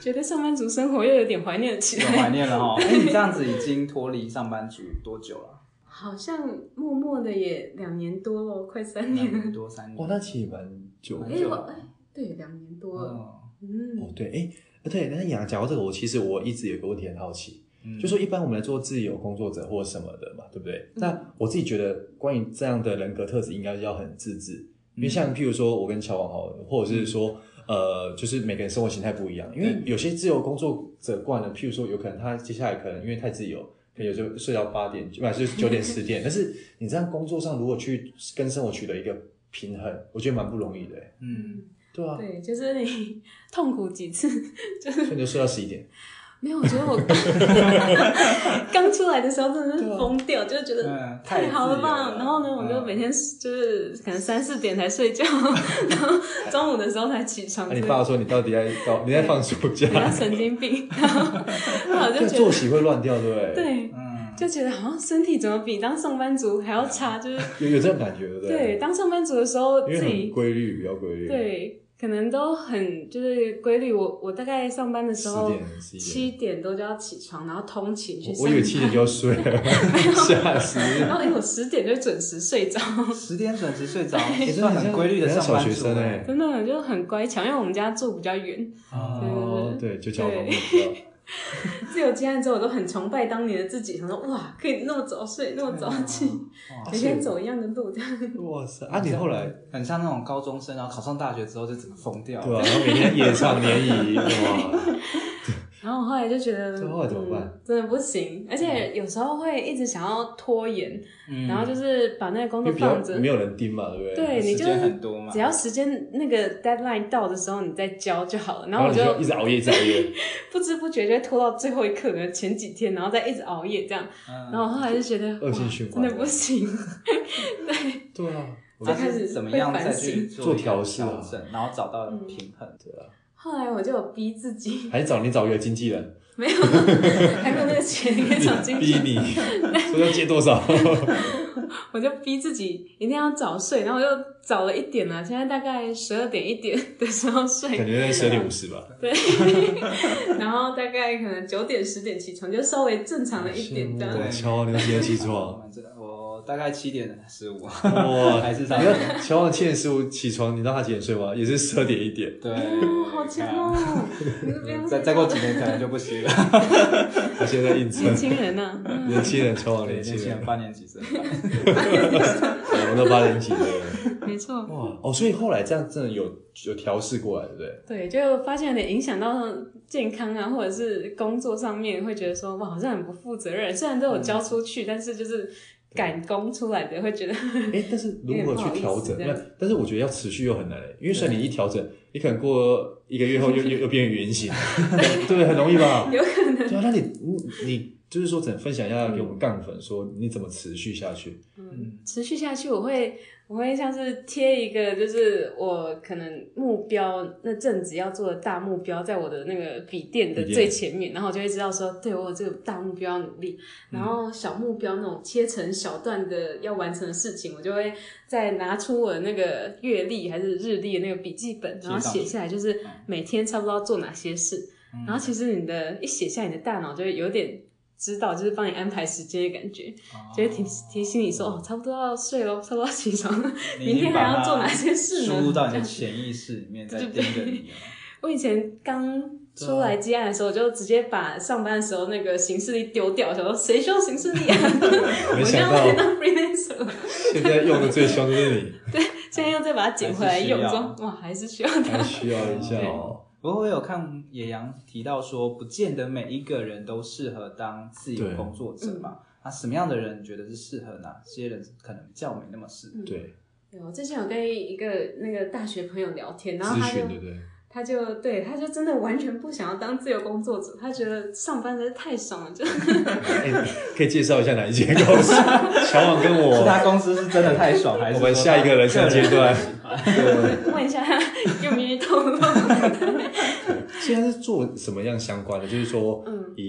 觉得上班族生活又有点怀念起来， 有怀念了哈。哎、欸，你这样子已经脱离上班族多久了？ 好像默默的也两年多了，快三年了， 两年多三年。 哇，那其实蛮久的。 哎、欸，哎、欸，对，两年多了。嗯， 哦，对，哎、欸，对，那讲讲到这个，我其实我一直有个问题很好奇，嗯、就说一般我们来做自由工作者或什么的嘛，对不对？嗯、那我自己觉得，关于这样的人格特质，应该要很自制，因为像譬如说我跟乔王好了，或者是说。呃，就是每个人生活形态不一样，因为有些自由工作者惯了，譬如说有可能他接下来可能因为太自由，可能有时候睡到八点，不然就是九点十点，但是你这样工作上如果去跟生活取得一个平衡，我觉得蛮不容易的。嗯，对啊， 对，就是你痛苦几次，就是所以你就睡到十一点。 没有，我觉得我刚出来的时候真的是疯掉，就是觉得太好了吧。了然后呢，我就每天就是可能三四点才睡觉，然后中午的时候才起床。 啊、你爸说你到底在搞你在放暑假？ 你要神经病。然后我就觉得作息会乱掉，对不对？ 对，嗯，就觉得好像身体怎么比当上班族还要差，就是有有这种感觉，对不对？ 对，当上班族的时候自己因为很规律，比较规律。 对。可能都很就是规律，我我大概上班的时候七点多就要起床，然后通勤去上班。 我以为七点就要睡了，吓死！ 然后因为我十点就准时睡着， 十点准时睡着，也是很规律的上班族哎， 真的就很乖巧，因为我们家住比较远。 哦，对，就交通比较。 自由接案之后，我都很崇拜当年的自己，想说哇，可以那么早睡，那么早起，每天走一样的路，这样。 哇塞！啊，你后来很像那种高中生，然后考上大学之后就整个疯掉， 对啊，然后每天夜唱联谊，哇！ 然后我后来就觉得， 后来怎么办、 嗯？真的不行，而且有时候会一直想要拖延，嗯、然后就是把那个工作放着， 没有人盯嘛，对不对？ 对，你就很多嘛， 只要时间那个 deadline 到的时候，你再交就好了。然后我就一直熬夜，一直熬夜， 不知不觉就会拖到最后一刻的前几天，然后再一直熬夜这样。嗯、然后我后来就觉得恶性循环， 真的不行。对， 对啊， 就开始怎么样再去做调试啊，然后找到平衡，对啊。 后来我就有逼自己， 还是找你找一个经纪人。 没有，还没有那个钱可以找经纪人。 逼你，说要借多少？ 我就逼自己一定要早睡，然后我就早了一点了，现在大概十二点一点的时候睡， 感觉在十二点五十吧。 对，然后大概可能九点十点起床，就稍微正常了一点这样。 对，乔，你几点起床？ 我大概七点十五。 哇， 还是上。 你看乔王七点十五起床，你知道他几点睡吗？也是十二点一点。 对， 哦，好强哦！ 再再过几年可能就不行了。 他现在硬撑。 年轻人啊， 年轻人，乔王年轻人， 八年级生。 我们都八年级的。 没错。 哇哦，所以后来这样真的有有调试过来，对不对？ 对，就发现有点影响到健康啊，或者是工作上面，会觉得说哇，好像很不负责任。虽然都有交出去，嗯、但是就是赶工出来的，会觉得哎，但是如何去调整？那但是我觉得要持续又很难诶，因为虽然你一调整，你可能过一个月后又又又变圆形，对不对？很容易吧？ 有可能。 对啊，那你你你就是说，怎分享一下给我们杠粉，说你怎么持续下去？ 嗯，持续下去，我会。我会像是贴一个，就是我可能目标那阵子要做的大目标，在我的那个笔电的最前面，然后我就会知道说，对我有这个大目标要努力，然后小目标那种切成小段的要完成的事情，我就会再拿出我的那个月历还是日历的那个笔记本，然后写下来，就是每天差不多要做哪些事，然后其实你的一写下，你的大脑就会有点。知道就是帮你安排时间的感觉，哦、就会提提醒你说哦，差不多要睡咯，差不多要起床了，明天还要做哪些事呢？ 输入到你的潜意识里面，再盯着你。 我以前刚出来接案的时候，我就直接把上班的时候那个行事历丢掉，想说谁需要行事历啊？ 没想到我当 freelancer， 现在用的最凶的是你。 对，现在又再把它捡回来用，说哇，还是需要它， 还需要一下哦。 不过我有看野羊提到说，不见得每一个人都适合当自由工作者嘛。那、嗯啊、什么样的人觉得是适合，哪些人可能较没那么适合？ 嗯、 对。 我之前有跟一个那个大学朋友聊天，然后他就对对他就对他就真的完全不想要当自由工作者，他觉得上班真是太爽了，就、 欸、可以介绍一下哪一间公司？乔王跟我， 是他公司是真的太爽，还是我们下一个人生阶段？ 对，问一下他愿不愿意透露？ 现在是做什么样相关的？就是说，嗯，以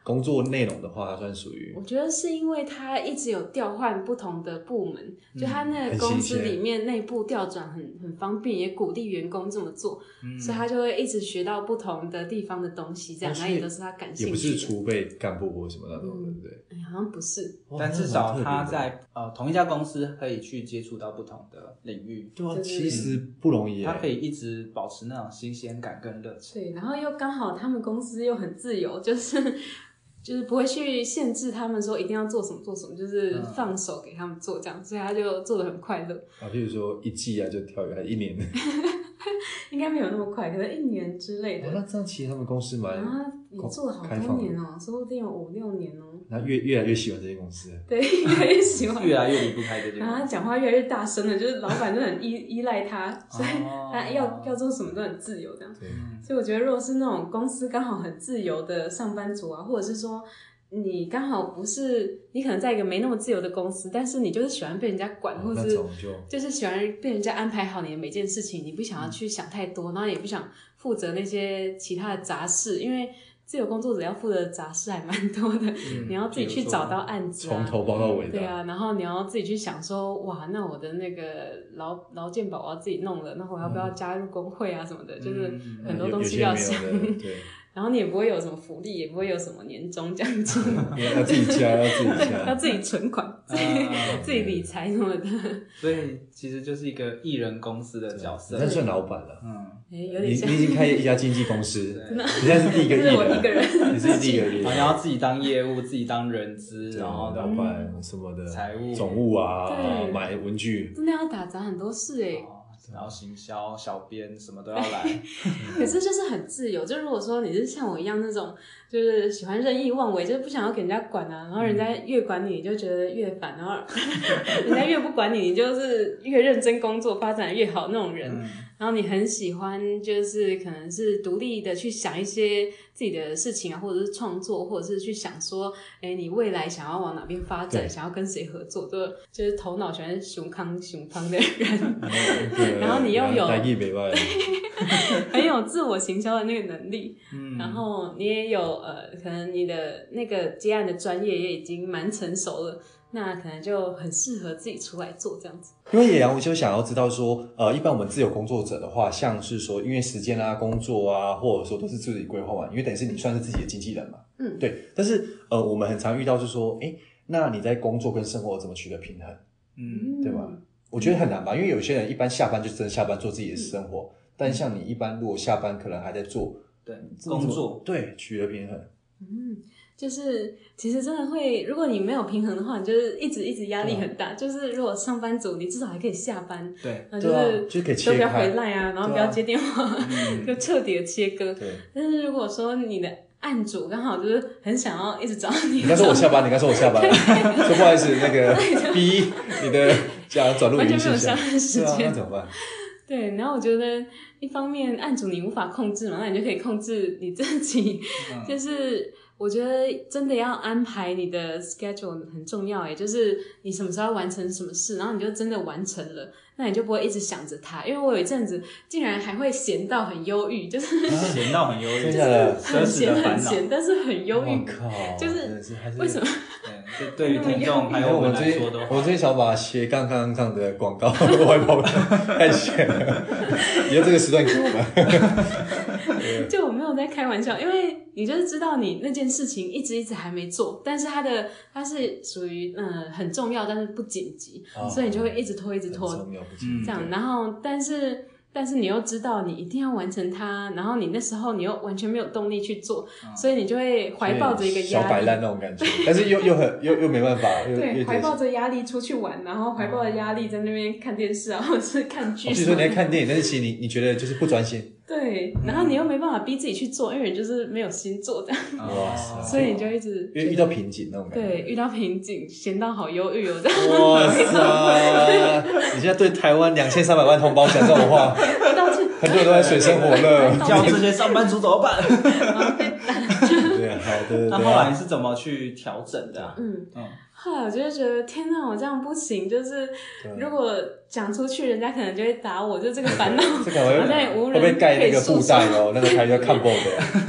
工作内容的话，它算属于我觉得是因为他一直有调换不同的部门，嗯、就他那个公司里面内部调转很很方便，也鼓励员工这么做，嗯、所以他就会一直学到不同的地方的东西，这样，那、哦、也都是他感兴趣的。 也不是储备干部或什么那种的，对不对？ 哎，好像不是， 但至少他在呃同一家公司可以去接触到不同的领域。 对啊，其实不容易， 他可以一直保持那种新鲜感跟热情。 对，然后又刚好他们公司又很自由，就是就是不会去限制他们说一定要做什么做什么，就是放手给他们做这样，所以他就做得很快乐。 啊，譬如说一季啊就跳一个，一年应该没有那么快，可能一年之类的。 哦、那这样其实他们公司蛮啊，你做了好多年哦、喔，说不定有五六年哦、喔。 然后越越来越喜欢这间公司， 对，越来越喜欢， 越来越离不开这间公司。 然后他讲话越来越大声了，就是老板都很依依赖他，所以他要、哦、要做什么都很自由这样。 对， 所以我觉得，如果是那种公司刚好很自由的上班族啊，或者是说你刚好不是，你可能在一个没那么自由的公司，但是你就是喜欢被人家管， 哦、 或者是就就是喜欢被人家安排好你的每件事情，你不想要去想太多，然后也不想负责那些其他的杂事，因为自由工作者要负责的杂事还蛮多的、嗯、你要自己去找到案子、啊、 从头包到尾的， 对啊，然后你要自己去想说，哇，那我的那个劳劳健保我要自己弄了，那我要不要加入工会啊什么的、嗯、就是很多东西要想、 嗯、对然后你也不会有什么福利，也不会有什么年终奖金， 要自己加，要自己加， 要自己存款，自己、啊、自己理财什么的。 所以其实就是一个艺人公司的角色， 但算老板了。 嗯，欸、有点像你, 你已经开一家经纪公司，你现在是第一个艺人， 我一个人， 你是第一个艺人， 然后你要自己当业务，自己当人资，然后老板什么的， 财务、 总务啊，买文具， 真的要打杂很多事哎、欸。 哦然后行销、小编什么都要来， 可是就是很自由。就如果说你是像我一样那种，就是喜欢任意妄为，就是不想要给人家管啊，然后人家越管你，你就觉得越烦，然后人家越不管你，你就是越认真工作，发展越好那种人。嗯、然后你很喜欢，就是可能是独立的去想一些自己的事情啊，或者是创作，或者是去想说，哎，你未来想要往哪边发展，想要跟谁合作，就就是头脑喜欢熊康熊康的人。然后你又有很有自我行销的那个能力，嗯、然后你也有呃，可能你的那个接案的专业也已经蛮成熟了，那可能就很适合自己出来做这样子。 因为野羊，我就想要知道说，呃，一般我们自由工作者的话，像是说，因为时间啊、工作啊，或者说都是自己规划完，因为等于是你算是自己的经纪人嘛，嗯，对。但是呃，我们很常遇到就是说，哎，那你在工作跟生活怎么取得平衡？嗯，对吧？我觉得很难吧，因为有些人一般下班就真的下班做自己的生活，嗯、但像你一般如果下班可能还在做对工作， 对取得平衡， 嗯，就是其实真的会，如果你没有平衡的话，你就是一直一直压力很大。嗯、就是如果上班族，你至少还可以下班， 对， 那就是、 啊、就可以切开， 都不要回来啊，然后不要接电话，啊嗯、就彻底的切割。 对， 但是如果说你的案主刚好就是很想要一直找你， 你刚说我下班，你刚说我下班，说不好意思，那个逼你的讲转录语音信箱， 完全没有下班时间， 那怎么办？ 对，然后我觉得一方面案主你无法控制嘛，那你就可以控制你自己，嗯、就是我觉得真的要安排你的 schedule 很重要耶，就是你什么时候要完成什么事，然后你就真的完成了，那你就不会一直想着它。因为我有一阵子竟然还会闲到很忧郁，就是闲到很忧郁， 就是很闲很闲，但是很忧郁，就是为什么？ 对，对于听众还有我们来说的话， 我最想把斜杠杠杠的广告外包太闲了，以后这个时段给我们。 就我没有在开玩笑，因为你就是知道你那件事情一直一直还没做，但是它的它是属于嗯很重要，但是不紧急，哦、所以你就会一直拖一直拖， 很重要不紧急这样，然后但是。但是你又知道你一定要完成它，然后你那时候你又完全没有动力去做，嗯、所以你就会怀抱着一个压力， 小摆烂那种感觉，但是又又很又又没办法， 对，怀抱着压力出去玩，然后怀抱着压力在那边看电视啊，或者是看剧。 所以说你在看电影，但是其实你你觉得就是不专心。 对，然后你又没办法逼自己去做，因为你就是没有心做的， 哇塞！ 所以你就一直因为遇到瓶颈那种感觉。 对，遇到瓶颈，闲到好忧郁哦，这样。 哇塞！你现在对台湾两千三百万同胞讲这种话，很多人都在水深火热， 叫这些上班族怎么办？ 对，好的。 那后来你是怎么去调整的、啊？ 嗯嗯。后来我就觉得天哪，我这样不行，就是如果讲出去，人家可能就会打我，就这个烦恼，好像也无人会不会盖那个布袋哦？那个台叫看报的， 所以我就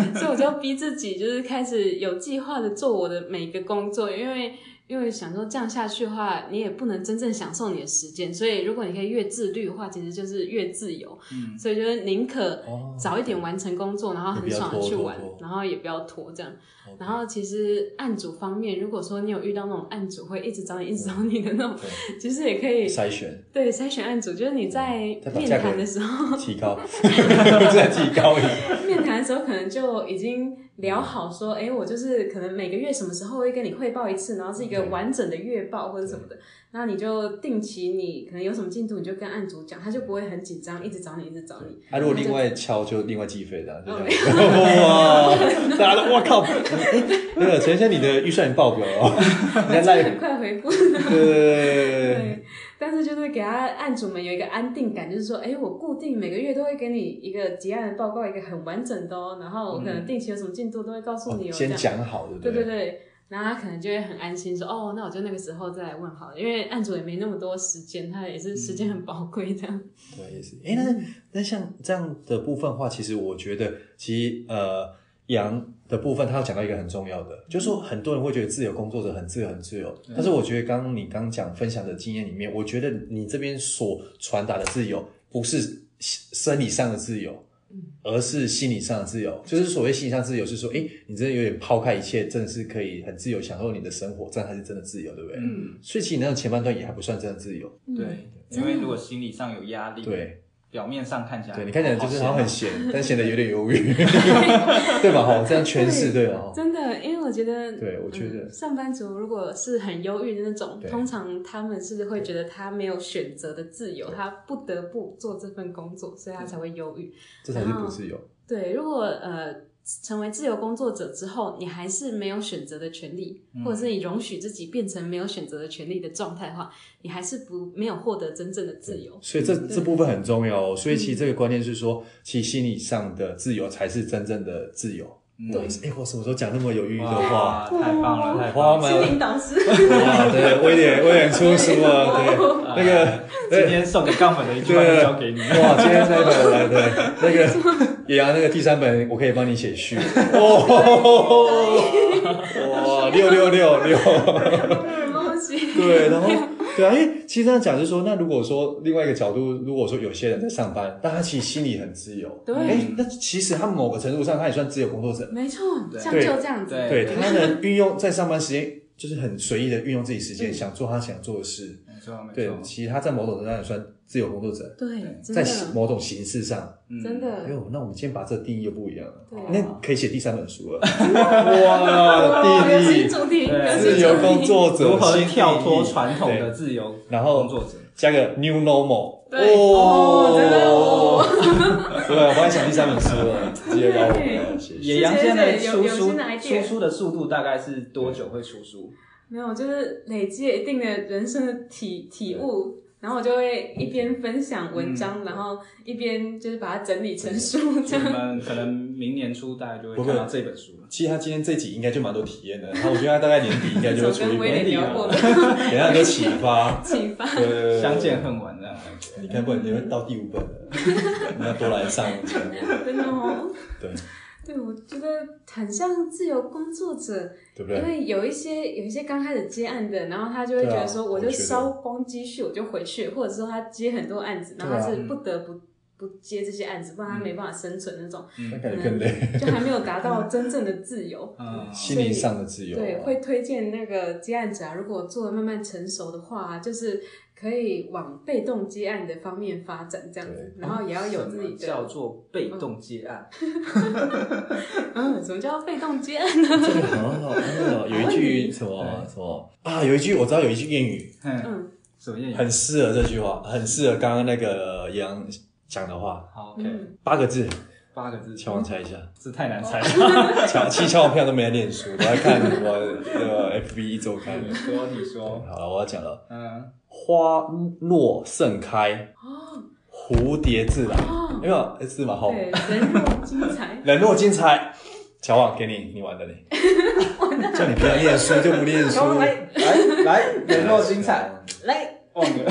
都逼自己就是开始有计划的做我的每一个工作，因为因为想说这样下去的话，你也不能真正享受你的时间，所以如果你可以越自律的话，其实就是越自由。嗯，所以就是宁可早一点完成工作，然后很爽的去玩，然后也不要拖这样。Okay. 然后其实案主方面，如果说你有遇到那种案主会一直找你、一直找你的那种，其实也可以筛选。对， 筛选案主，就是你在面谈的时候提高，再提高一点。 面谈的时候可能就已经聊好说，哎，我就是可能每个月什么时候会跟你汇报一次，然后是一个完整的月报或者什么的，然后你就定期你可能有什么进度，你就跟案主讲，他就不会很紧张，一直找你，一直找你。 啊，如果另外敲就另外计费的，就这样。哇，大家都哇靠！哎，那个陈先生，你的预算爆表哦， 人家很快回复。对对对对。 但是就是给他案主们有一个安定感，就是说，哎，我固定每个月都会给你一个结案的报告，一个很完整的哦，然后我可能定期有什么进度都会告诉你哦。 哦先讲好，对不对？ 对对对。然后他可能就会很安心说，哦，那我就那个时候再来问好了，因为案主也没那么多时间，他也是时间很宝贵这样。 嗯、对，也是。哎，那那像这样的部分的话，其实我觉得，其实呃，杨的部分他要讲到一个很重要的，就是说很多人会觉得自由工作者很自由很自由，但是我觉得刚刚你刚讲分享的经验里面，我觉得你这边所传达的自由不是生理上的自由。而是心理上的自由，就是所谓心理上自由是说，诶，你真的有点抛开一切，真的是可以很自由享受你的生活，这样才是真的自由，对不对？嗯。所以其实那种前半段也还不算真的自由。 对，因为如果心理上有压力，对，表面上看起来， 对你看起来就是好像很闲，但显得有点忧郁，对吧？哈，这样诠释对了。 真的，因为我觉得， 对我觉得、 嗯、上班族如果是很忧郁的那种，通常他们是会觉得他没有选择的自由，他不得不做这份工作，所以他才会忧郁。 这才是不自由。 对，如果呃成为自由工作者之后，你还是没有选择的权利，嗯、或者是你容许自己变成没有选择的权利的状态的话，你还是不没有获得真正的自由。 所以这这部分很重要哦。所以其实这个观念是说，其实心理上的自由才是真正的自由。对，哎，我什么时候讲那么有寓意的话？ 太棒了，太棒了！ 心灵导师， 哇，对，威廉，威廉出书了，对，那个今天送给杠粉的一句话就交给你。 哇，今天这一本来对，那个野羊那个第三本，我可以帮你写序。哇，六六六六，对，然后。对啊，因为其实这样讲就是说，那如果说另外一个角度，如果说有些人在上班，但他其实心里很自由， 对， 哎，那其实他某个程度上他也算自由工作者， 没错，像就这样子， 对，对他能运用在上班时间，就是很随意的运用自己时间，想做他想做的事， 没错，没错， 对，其实他在某种程度上也算自由工作者， 对， 在某种形式上， 真的， 哎呦，那我们今天把这个定义又不一样了， 对， 那可以写第三本书了，哇， 定义主题， 自由工作者如何跳脱传统的自由工作者， 加个 new normal， 哦，真的哦， 对，我帮你想第三本书了，直接邀我，谢谢。 野羊现在出书出书的速度大概是多久会出书？ 没有，就是累积了一定的人生的体体悟。然后我就会一边分享文章，嗯、然后一边就是把它整理成书，这样。 我们可能明年初大概就会看到这本书了。 其实他今天这集应该就蛮多体验的，然后我觉得他大概年底应该就会出一本。 年底了， 给他很多启发。 启发。 对， 相见恨晚这样。 你看，不然你会到第五本了，你要多来上节目。 真的哦。 对。 对，我觉得很像自由工作者， 对不对？ 因为有一些有一些刚开始接案的，然后他就会觉得说，我就烧光积蓄，我就回去，或者说他接很多案子，然后他是不得不不接这些案子，不然他没办法生存那种， 那感觉更累， 就还没有达到真正的自由， 嗯，心灵上的自由。 对，会推荐那个接案者啊，如果做的慢慢成熟的话，就是可以往被动接案的方面发展，这样子，然后也要有自己的叫做被动接案。 嗯，什么叫被动接案呢？这个很好，很好。有一句什么什么啊？有一句我知道，有一句谚语， 嗯，什么谚语？ 很适合这句话，很适合刚刚那个杨讲的话。 好 ，OK， 八个字。 八个字， 乔王猜一下， 这太难猜了。 乔其实乔王平常都没在念书，我在看我的 F B 一周刊。 你说，你说， 好了，我要讲了。嗯，花落盛开，蝴蝶自来，有没有？是吗？好， 对，人若精彩， 人若精彩。乔王给你，你玩的嘞。叫你不要念书就不念书。 来来来，人若精彩，来。忘了，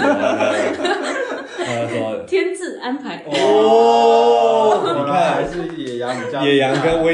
他说天自安排哦，你看还是野羊比较， 野羊跟威廉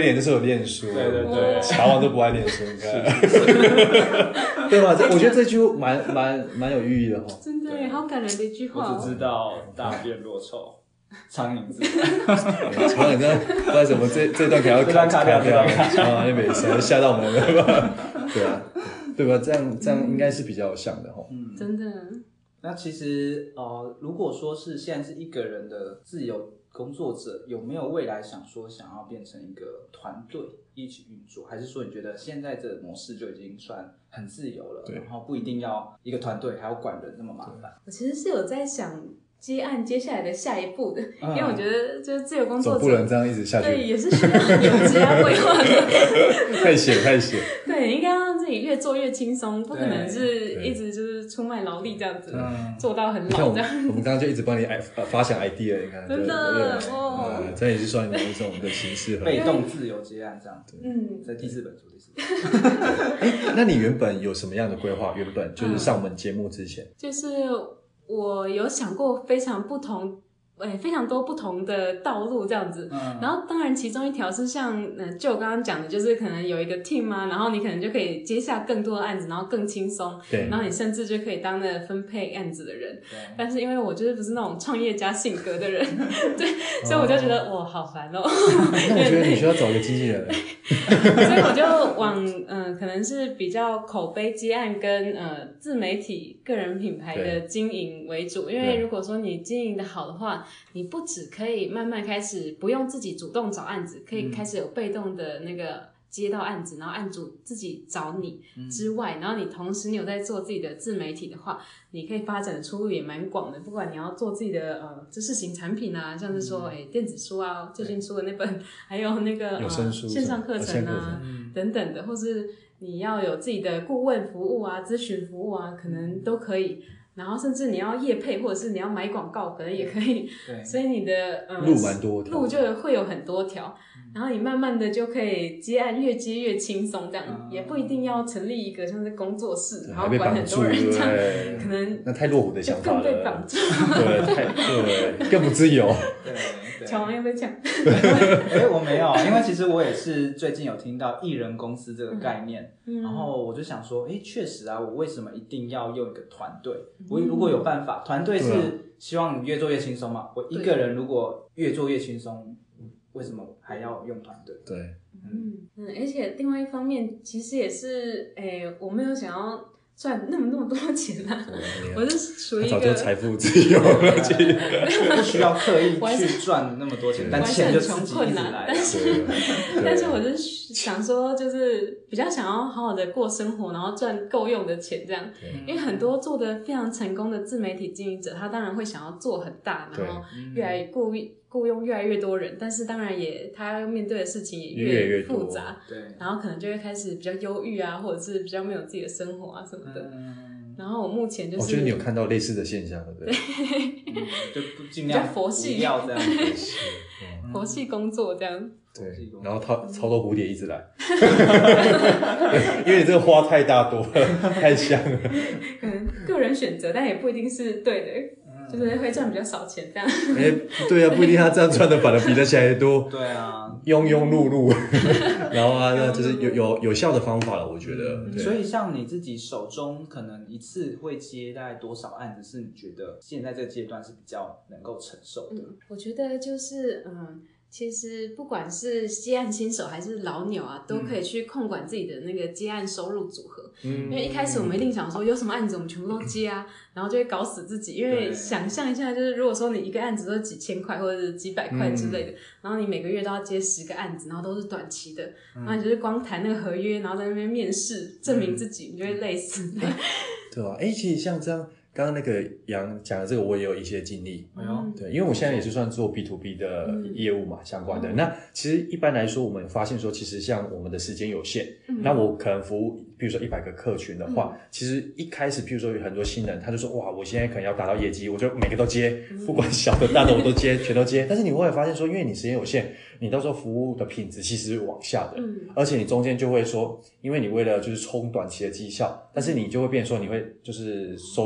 脸就是有念书， 对对对， 茶王都不爱念书，你看，对吧？我觉得这句蛮蛮蛮有寓意的哈。 真的耶，好感人的一句话、哦。 我只知道大便若臭，苍蝇自苍蝇真不知道怎么这这段可能要卡卡掉掉啊，那没事，吓到我们了吧？对啊，对吧？这样这样应该是比较像的哈。 嗯，真的。 那其实呃，如果说是现在是一个人的自由工作者，有没有未来想说想要变成一个团队一起运作，还是说你觉得现在这个模式就已经算很自由了，然后不一定要一个团队还要管人那么麻烦？ 我其实是有在想接案接下来的下一步的，嗯、因为我觉得就是自由工作者总不能这样一直下去， 对，也是需要有职业规划的。 太险太险。 对，应该让自己越做越轻松，不可能是一直就是出卖劳力这样子，做到很老这样。 我们刚刚就一直帮你发想 idea， 你看， 真的哦， 呃，这也是算某一种的形式， 被动自由接案这样子。 嗯， 在第四本书，第四本。 哎，那你原本有什么样的规划？原本就是上我们节目之前， 嗯、就是我有想过非常不同。诶，非常多不同的道路这样子，嗯、然后当然其中一条是像，呃，就我刚刚讲的，就是可能有一个 team 啊，然后你可能就可以接下更多的案子，然后更轻松， 对， 然后你甚至就可以当那个分配案子的人，对。但是因为我就是不是那种创业家性格的人，对，所以我就觉得哇，好烦哦。 那我觉得你需要找一个经纪人， 所以我就往嗯、呃，可能是比较口碑接案跟呃自媒体个人品牌的经营为主，因为如果说你经营的好的话。你不只可以慢慢开始不用自己主动找案子，可以开始有被动的那个接到案子，然后案主自己找你之外，然后你同时你有在做自己的自媒体的话，你可以发展的出路也蛮广的。不管你要做自己的呃知识型产品啊，像是说哎、欸、电子书啊，最近出的那本，还有那个有声书、 呃、线上课程啊等等的，或是你要有自己的顾问服务啊、咨询服务啊，可能都可以。然后甚至你要业配，或者是你要买广告，可能也可以。对，所以你的呃路蛮多条， 路就会有很多条。然后你慢慢的就可以接案，越接越轻松，这样、嗯、也不一定要成立一个像是工作室，然后管很多人这样，可能那太落伍的想法了， 更被绑住， 对，太对，更不自由。 对， 乔王又被抢。 哎，我没有，因为其实我也是最近有听到艺人公司这个概念，嗯、然后我就想说，哎，确实啊，我为什么一定要用一个团队？我如果有办法，团队是希望你越做越轻松嘛。我一个人如果越做越轻松，为什么还要用团队？ 对， 嗯嗯，而且另外一方面，其实也是，哎，我没有想要赚那么那么多钱啊，我是属于一个早就财富自由了，其实不需要刻意去赚那么多钱，但钱就自己一直来。 但是，但是我是想说，就是比较想要好好的过生活，然后赚够用的钱这样。因为很多做的非常成功的自媒体经营者，他当然会想要做很大，然后越来越故意。雇佣越来越多人，但是当然也他要面对的事情也越复杂， 对， 然后可能就会开始比较忧郁啊，或者是比较没有自己的生活啊什么的。嗯、然后我目前就是， 我觉得你有看到类似的现象，对不对？ 嗯、就不尽量佛系， 不要这样子， 佛系工作这样。 对，然后超超多蝴蝶一直来，因为你这个花太大多了，太香了。 可能个人选择，但也不一定是对的。就是会赚比较少钱这样。 哎、欸，对啊，不一定他这样赚的反而比得起来多。 对啊， 庸庸碌碌，然后啊，那就是有有有效的方法了，我觉得。 嗯、所以像你自己手中可能一次会接大概多少案子，是你觉得现在这个阶段是比较能够承受的？ 嗯、我觉得就是嗯。其实不管是接案新手还是老鸟啊，都可以去控管自己的那个接案收入组合。嗯，因为一开始我们一定想说有什么案子我们全部都接啊，然后就会搞死自己。因为想象一下，就是如果说你一个案子都是几千块或者是几百块之类的，嗯、然后你每个月都要接十个案子，然后都是短期的，嗯、然后你就是光谈那个合约，然后在那边面试证明自己，嗯、你就会累死。 对，对啊，哎，其实像这样。刚刚那个杨讲的这个，我也有一些经历。 嗯、 对，因为我现在也是算做 B to B 的业务嘛，嗯、相关的。那其实一般来说，我们发现说，其实像我们的时间有限，嗯、那我可能服务，比如说一百个客群的话，嗯、其实一开始，譬如说有很多新人，他就说，哇，我现在可能要达到业绩，我就每个都接，嗯、不管小的大的我都接，全都接。但是你会发现说，因为你时间有限，你到时候服务的品质其实是往下的，嗯、而且你中间就会说，因为你为了就是冲短期的绩效，但是你就会变成说，你会就是收到很多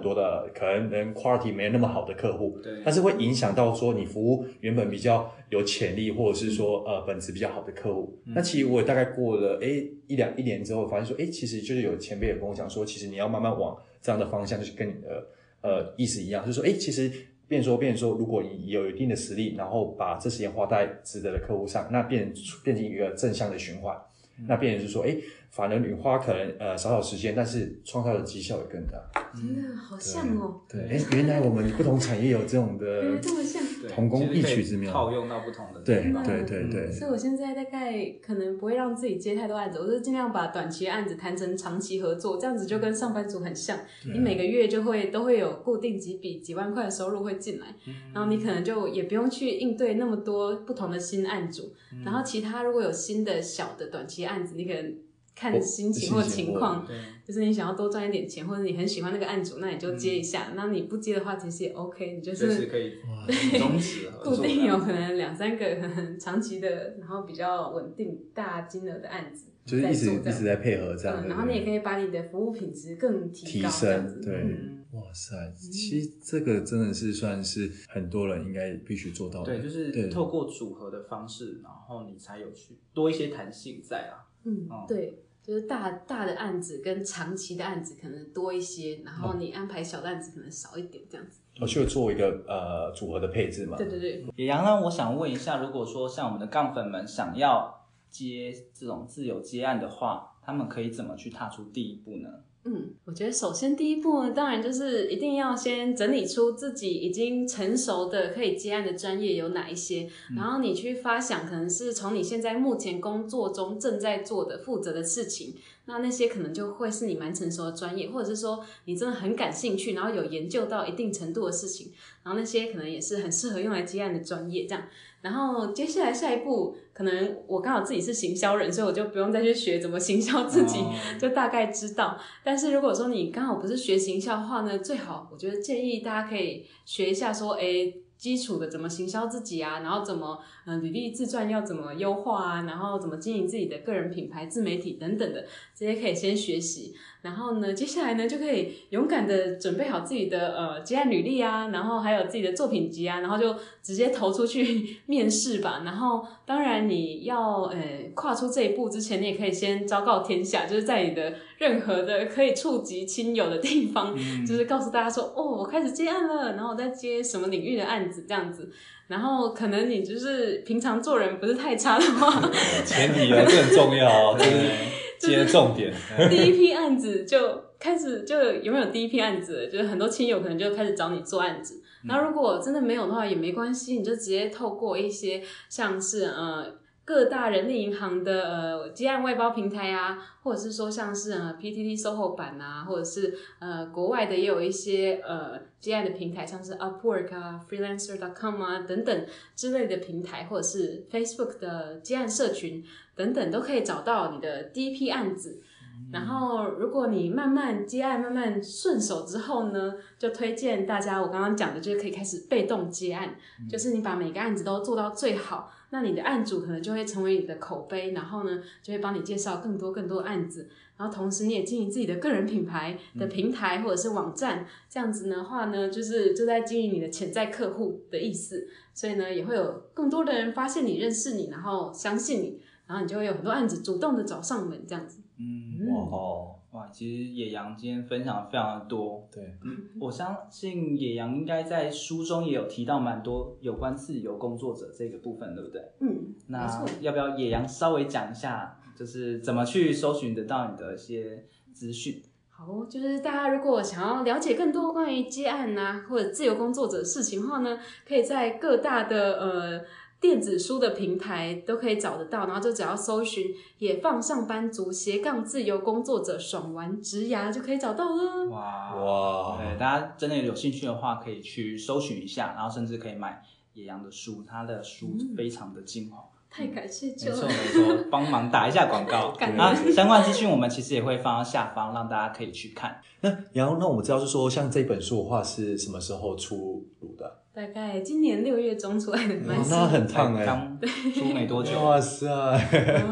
多的可能 quality 没那么好的客户， 对， 但是会影响到说你服务原本比较有潜力或者是说呃本质比较好的客户。嗯、那其实我大概过了诶一两一年之后，发现说诶其实就是有前辈也跟我讲说，其实你要慢慢往这样的方向，就是跟你的呃意思一样，就是说诶其实变说变说，如果你有一定的实力，然后把这时间花在值得的客户上，那变变成一个正向的循环。嗯、那变成是说，诶反而你花可能呃少少时间，但是创造的绩效也更大。 真的好像哦。 对，诶原来我们不同产业有这种的这么像， 同工异曲之妙， 套用到不同的对对对对。 所以我现在大概可能不会让自己接太多案子，我就尽量把短期的案子谈成长期合作，这样子就跟上班族很像。你每个月就会都会有固定几笔几万块的收入会进来，嗯、然后你可能就也不用去应对那么多不同的新案主，嗯、然后其他如果有新的小的短期案子，你可能看心情或情况，就是你想要多赚一点钱，或者你很喜欢那个案主，那你就接一下。那、嗯、你不接的话，其实也 OK， 你就是就是可以终止合作， 固定有可能两三个可能长期的，然后比较稳定大金额的案子， 就是一直一直在配合这样、 嗯。然后你也可以把你的服务品质更提高， 提升，对。 嗯哇塞，其实这个真的是算是很多人应该必须做到的。 对，就是透过组合的方式，然后你才有去多一些弹性在啊。 嗯，嗯对，就是大大的案子跟长期的案子可能多一些，然后你安排小的案子可能少一点，这样子。 我去做一个呃组合的配置嘛。 对对对。 野羊呢，我想问一下，如果说像我们的杠粉们想要接这种自由接案的话，他们可以怎么去踏出第一步呢？ 嗯，我觉得首先第一步呢，当然就是一定要先整理出自己已经成熟的可以接案的专业有哪一些，嗯、然后你去发想，可能是从你现在目前工作中正在做的负责的事情，那那些可能就会是你蛮成熟的专业，或者是说你真的很感兴趣，然后有研究到一定程度的事情，然后那些可能也是很适合用来接案的专业，这样。然后接下来下一步，可能我刚好自己是行销人，所以我就不用再去学怎么行销自己，哦、就大概知道。但是如果说你刚好不是学行销的话呢，最好我觉得建议大家可以学一下说，诶基础的怎么行销自己啊，然后怎么呃履历自传要怎么优化啊，然后怎么经营自己的个人品牌、自媒体等等的，这些可以先学习。然后呢，接下来呢就可以勇敢的准备好自己的呃接案履历啊，然后还有自己的作品集啊，然后就直接投出去面试吧。然后当然你要呃跨出这一步之前，你也可以先昭告天下，就是在你的任何的可以触及亲友的地方，嗯、就是告诉大家说，哦，我开始接案了，然后我在接什么领域的案子这样子。然后可能你就是平常做人不是太差的话， 前提啊，这很重要哦，这是今天的重点。 第一批案子就开始就有没有第一批案子了，就是很多亲友可能就开始找你做案子。嗯、然后如果真的没有的话也没关系，你就直接透过一些像是呃各大人力银行的呃接案外包平台啊，或者是说像是呃 P T T SOHO 版啊，或者是呃国外的也有一些呃接案的平台，像是 Upwork 啊 freelancer dot com 啊等等之类的平台，或者是 Facebook 的接案社群等等，都可以找到你的第一批案子。然后如果你慢慢接案慢慢顺手之后呢，就推荐大家我刚刚讲的就是可以开始被动接案，嗯、就是你把每个案子都做到最好，那你的案主可能就会成为你的口碑，然后呢就会帮你介绍更多更多案子，然后同时你也经营自己的个人品牌的平台或者是网站，嗯、这样子的话呢就是就在经营你的潜在客户的意思，所以呢也会有更多的人发现你认识你，然后相信你，然后你就会有很多案子主动的找上门这样子。 嗯，哇哦，哇，其实野羊今天分享的非常的多， 对， 嗯，我相信野羊应该在书中也有提到蛮多有关自由工作者这个部分，对不对？ 嗯， 那要不要野羊稍微讲一下，就是怎么去搜寻得到你的一些资讯？ 好，就是大家如果想要了解更多关于接案啊或者自由工作者的事情的话呢，可以在各大的呃电子书的平台都可以找得到，然后就只要搜寻野放上班族斜杠自由工作者爽玩职涯就可以找到了。 哇哇， 对，大家真的有兴趣的话可以去搜寻一下，然后甚至可以买野羊的书，他的书非常的精华。 嗯，太感谢就了，没错没错，帮忙打一下广告。啊，相关资讯我们其实也会放到下方，让大家可以去看。 那然后那我们知道是说，像这本书的话是什么时候出炉的？ 大概今年六月中出来的，蛮那很烫哎， 刚出没多久。 哇塞！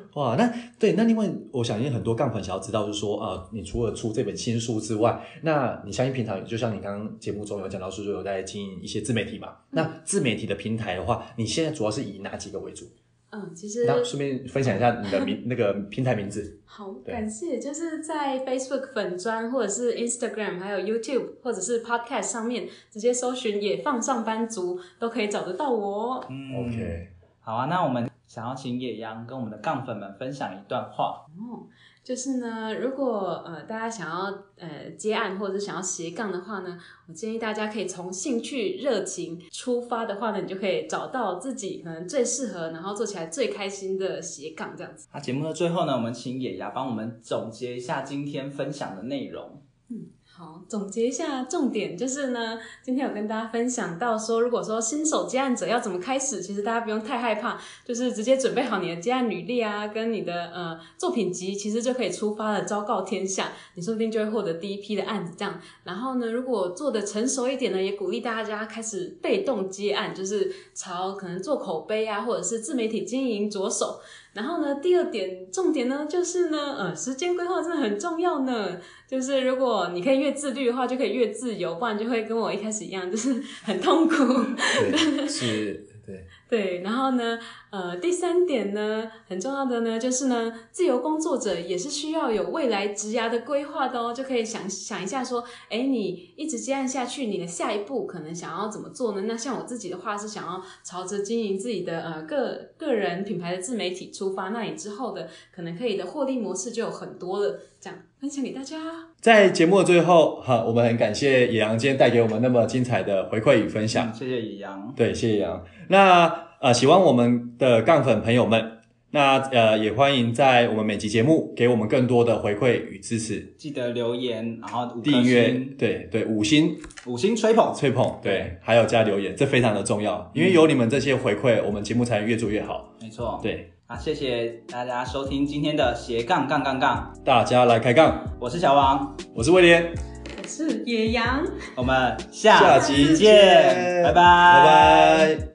哇，那对，那另外我相信很多杠粉想要知道，就是说，呃，你除了出这本新书之外，那你相信平常就像你刚刚节目中有讲到，是说有在经营一些自媒体嘛？嗯、那自媒体的平台的话，你现在主要是以哪几个为主？ 嗯，其实那顺便分享一下你的名那个平台名字。 好，感谢。就是在 Facebook 粉专或者是 Instagram 还有 YouTube 或者是 Podcast 上面直接搜寻野放上班族都可以找得到我。 嗯 OK， 好啊，那我们想要请野羊跟我们的杠粉们分享一段话。 哦，就是呢，如果呃大家想要呃接案或者是想要斜杠的话呢，我建议大家可以从兴趣热情出发的话呢，你就可以找到自己可能最适合，然后做起来最开心的斜杠这样子。 那节目的最后呢，我们请野羊帮我们总结一下今天分享的内容。 嗯，好，总结一下重点就是呢，今天有跟大家分享到说，如果说新手接案者要怎么开始，其实大家不用太害怕，就是直接准备好你的接案履历啊，跟你的呃作品集，其实就可以出发了，昭告天下，你说不定就会获得第一批的案子这样。然后呢，如果做的成熟一点呢，也鼓励大家开始被动接案，就是朝可能做口碑啊，或者是自媒体经营着手。然后呢，第二点重点呢，就是呢，呃，时间规划真的很重要呢。就是如果你可以越自律的话，就可以越自由，不然就会跟我一开始一样，就是很痛苦。 对，是，对。 对，然后呢，呃，第三点呢，很重要的呢，就是呢，自由工作者也是需要有未来职涯的规划的哦，就可以想想一下说，诶，你一直接案下去，你的下一步可能想要怎么做呢？那像我自己的话是想要朝着经营自己的呃个个人品牌的自媒体出发，那你之后的可能可以的获利模式就有很多了，这样分享给大家。 在节目的最后，哈，我们很感谢野羊今天带给我们那么精彩的回馈与分享， 嗯、谢谢野羊。 对，谢谢野羊。那呃，喜欢我们的杠粉朋友们，那呃也欢迎在我们每集节目给我们更多的回馈与支持， 记得留言，然后五颗订阅， 星对对，五星五星吹捧吹捧，对，还有加留言，这非常的重要，因为有你们这些回馈，我们节目才越做越好。 没错， 对。 啊，谢谢大家收听今天的斜杠杠杠杠， 大家来开杠， 我是小王， 我是威廉， 我是野羊， 我们下集见，拜拜， 拜拜。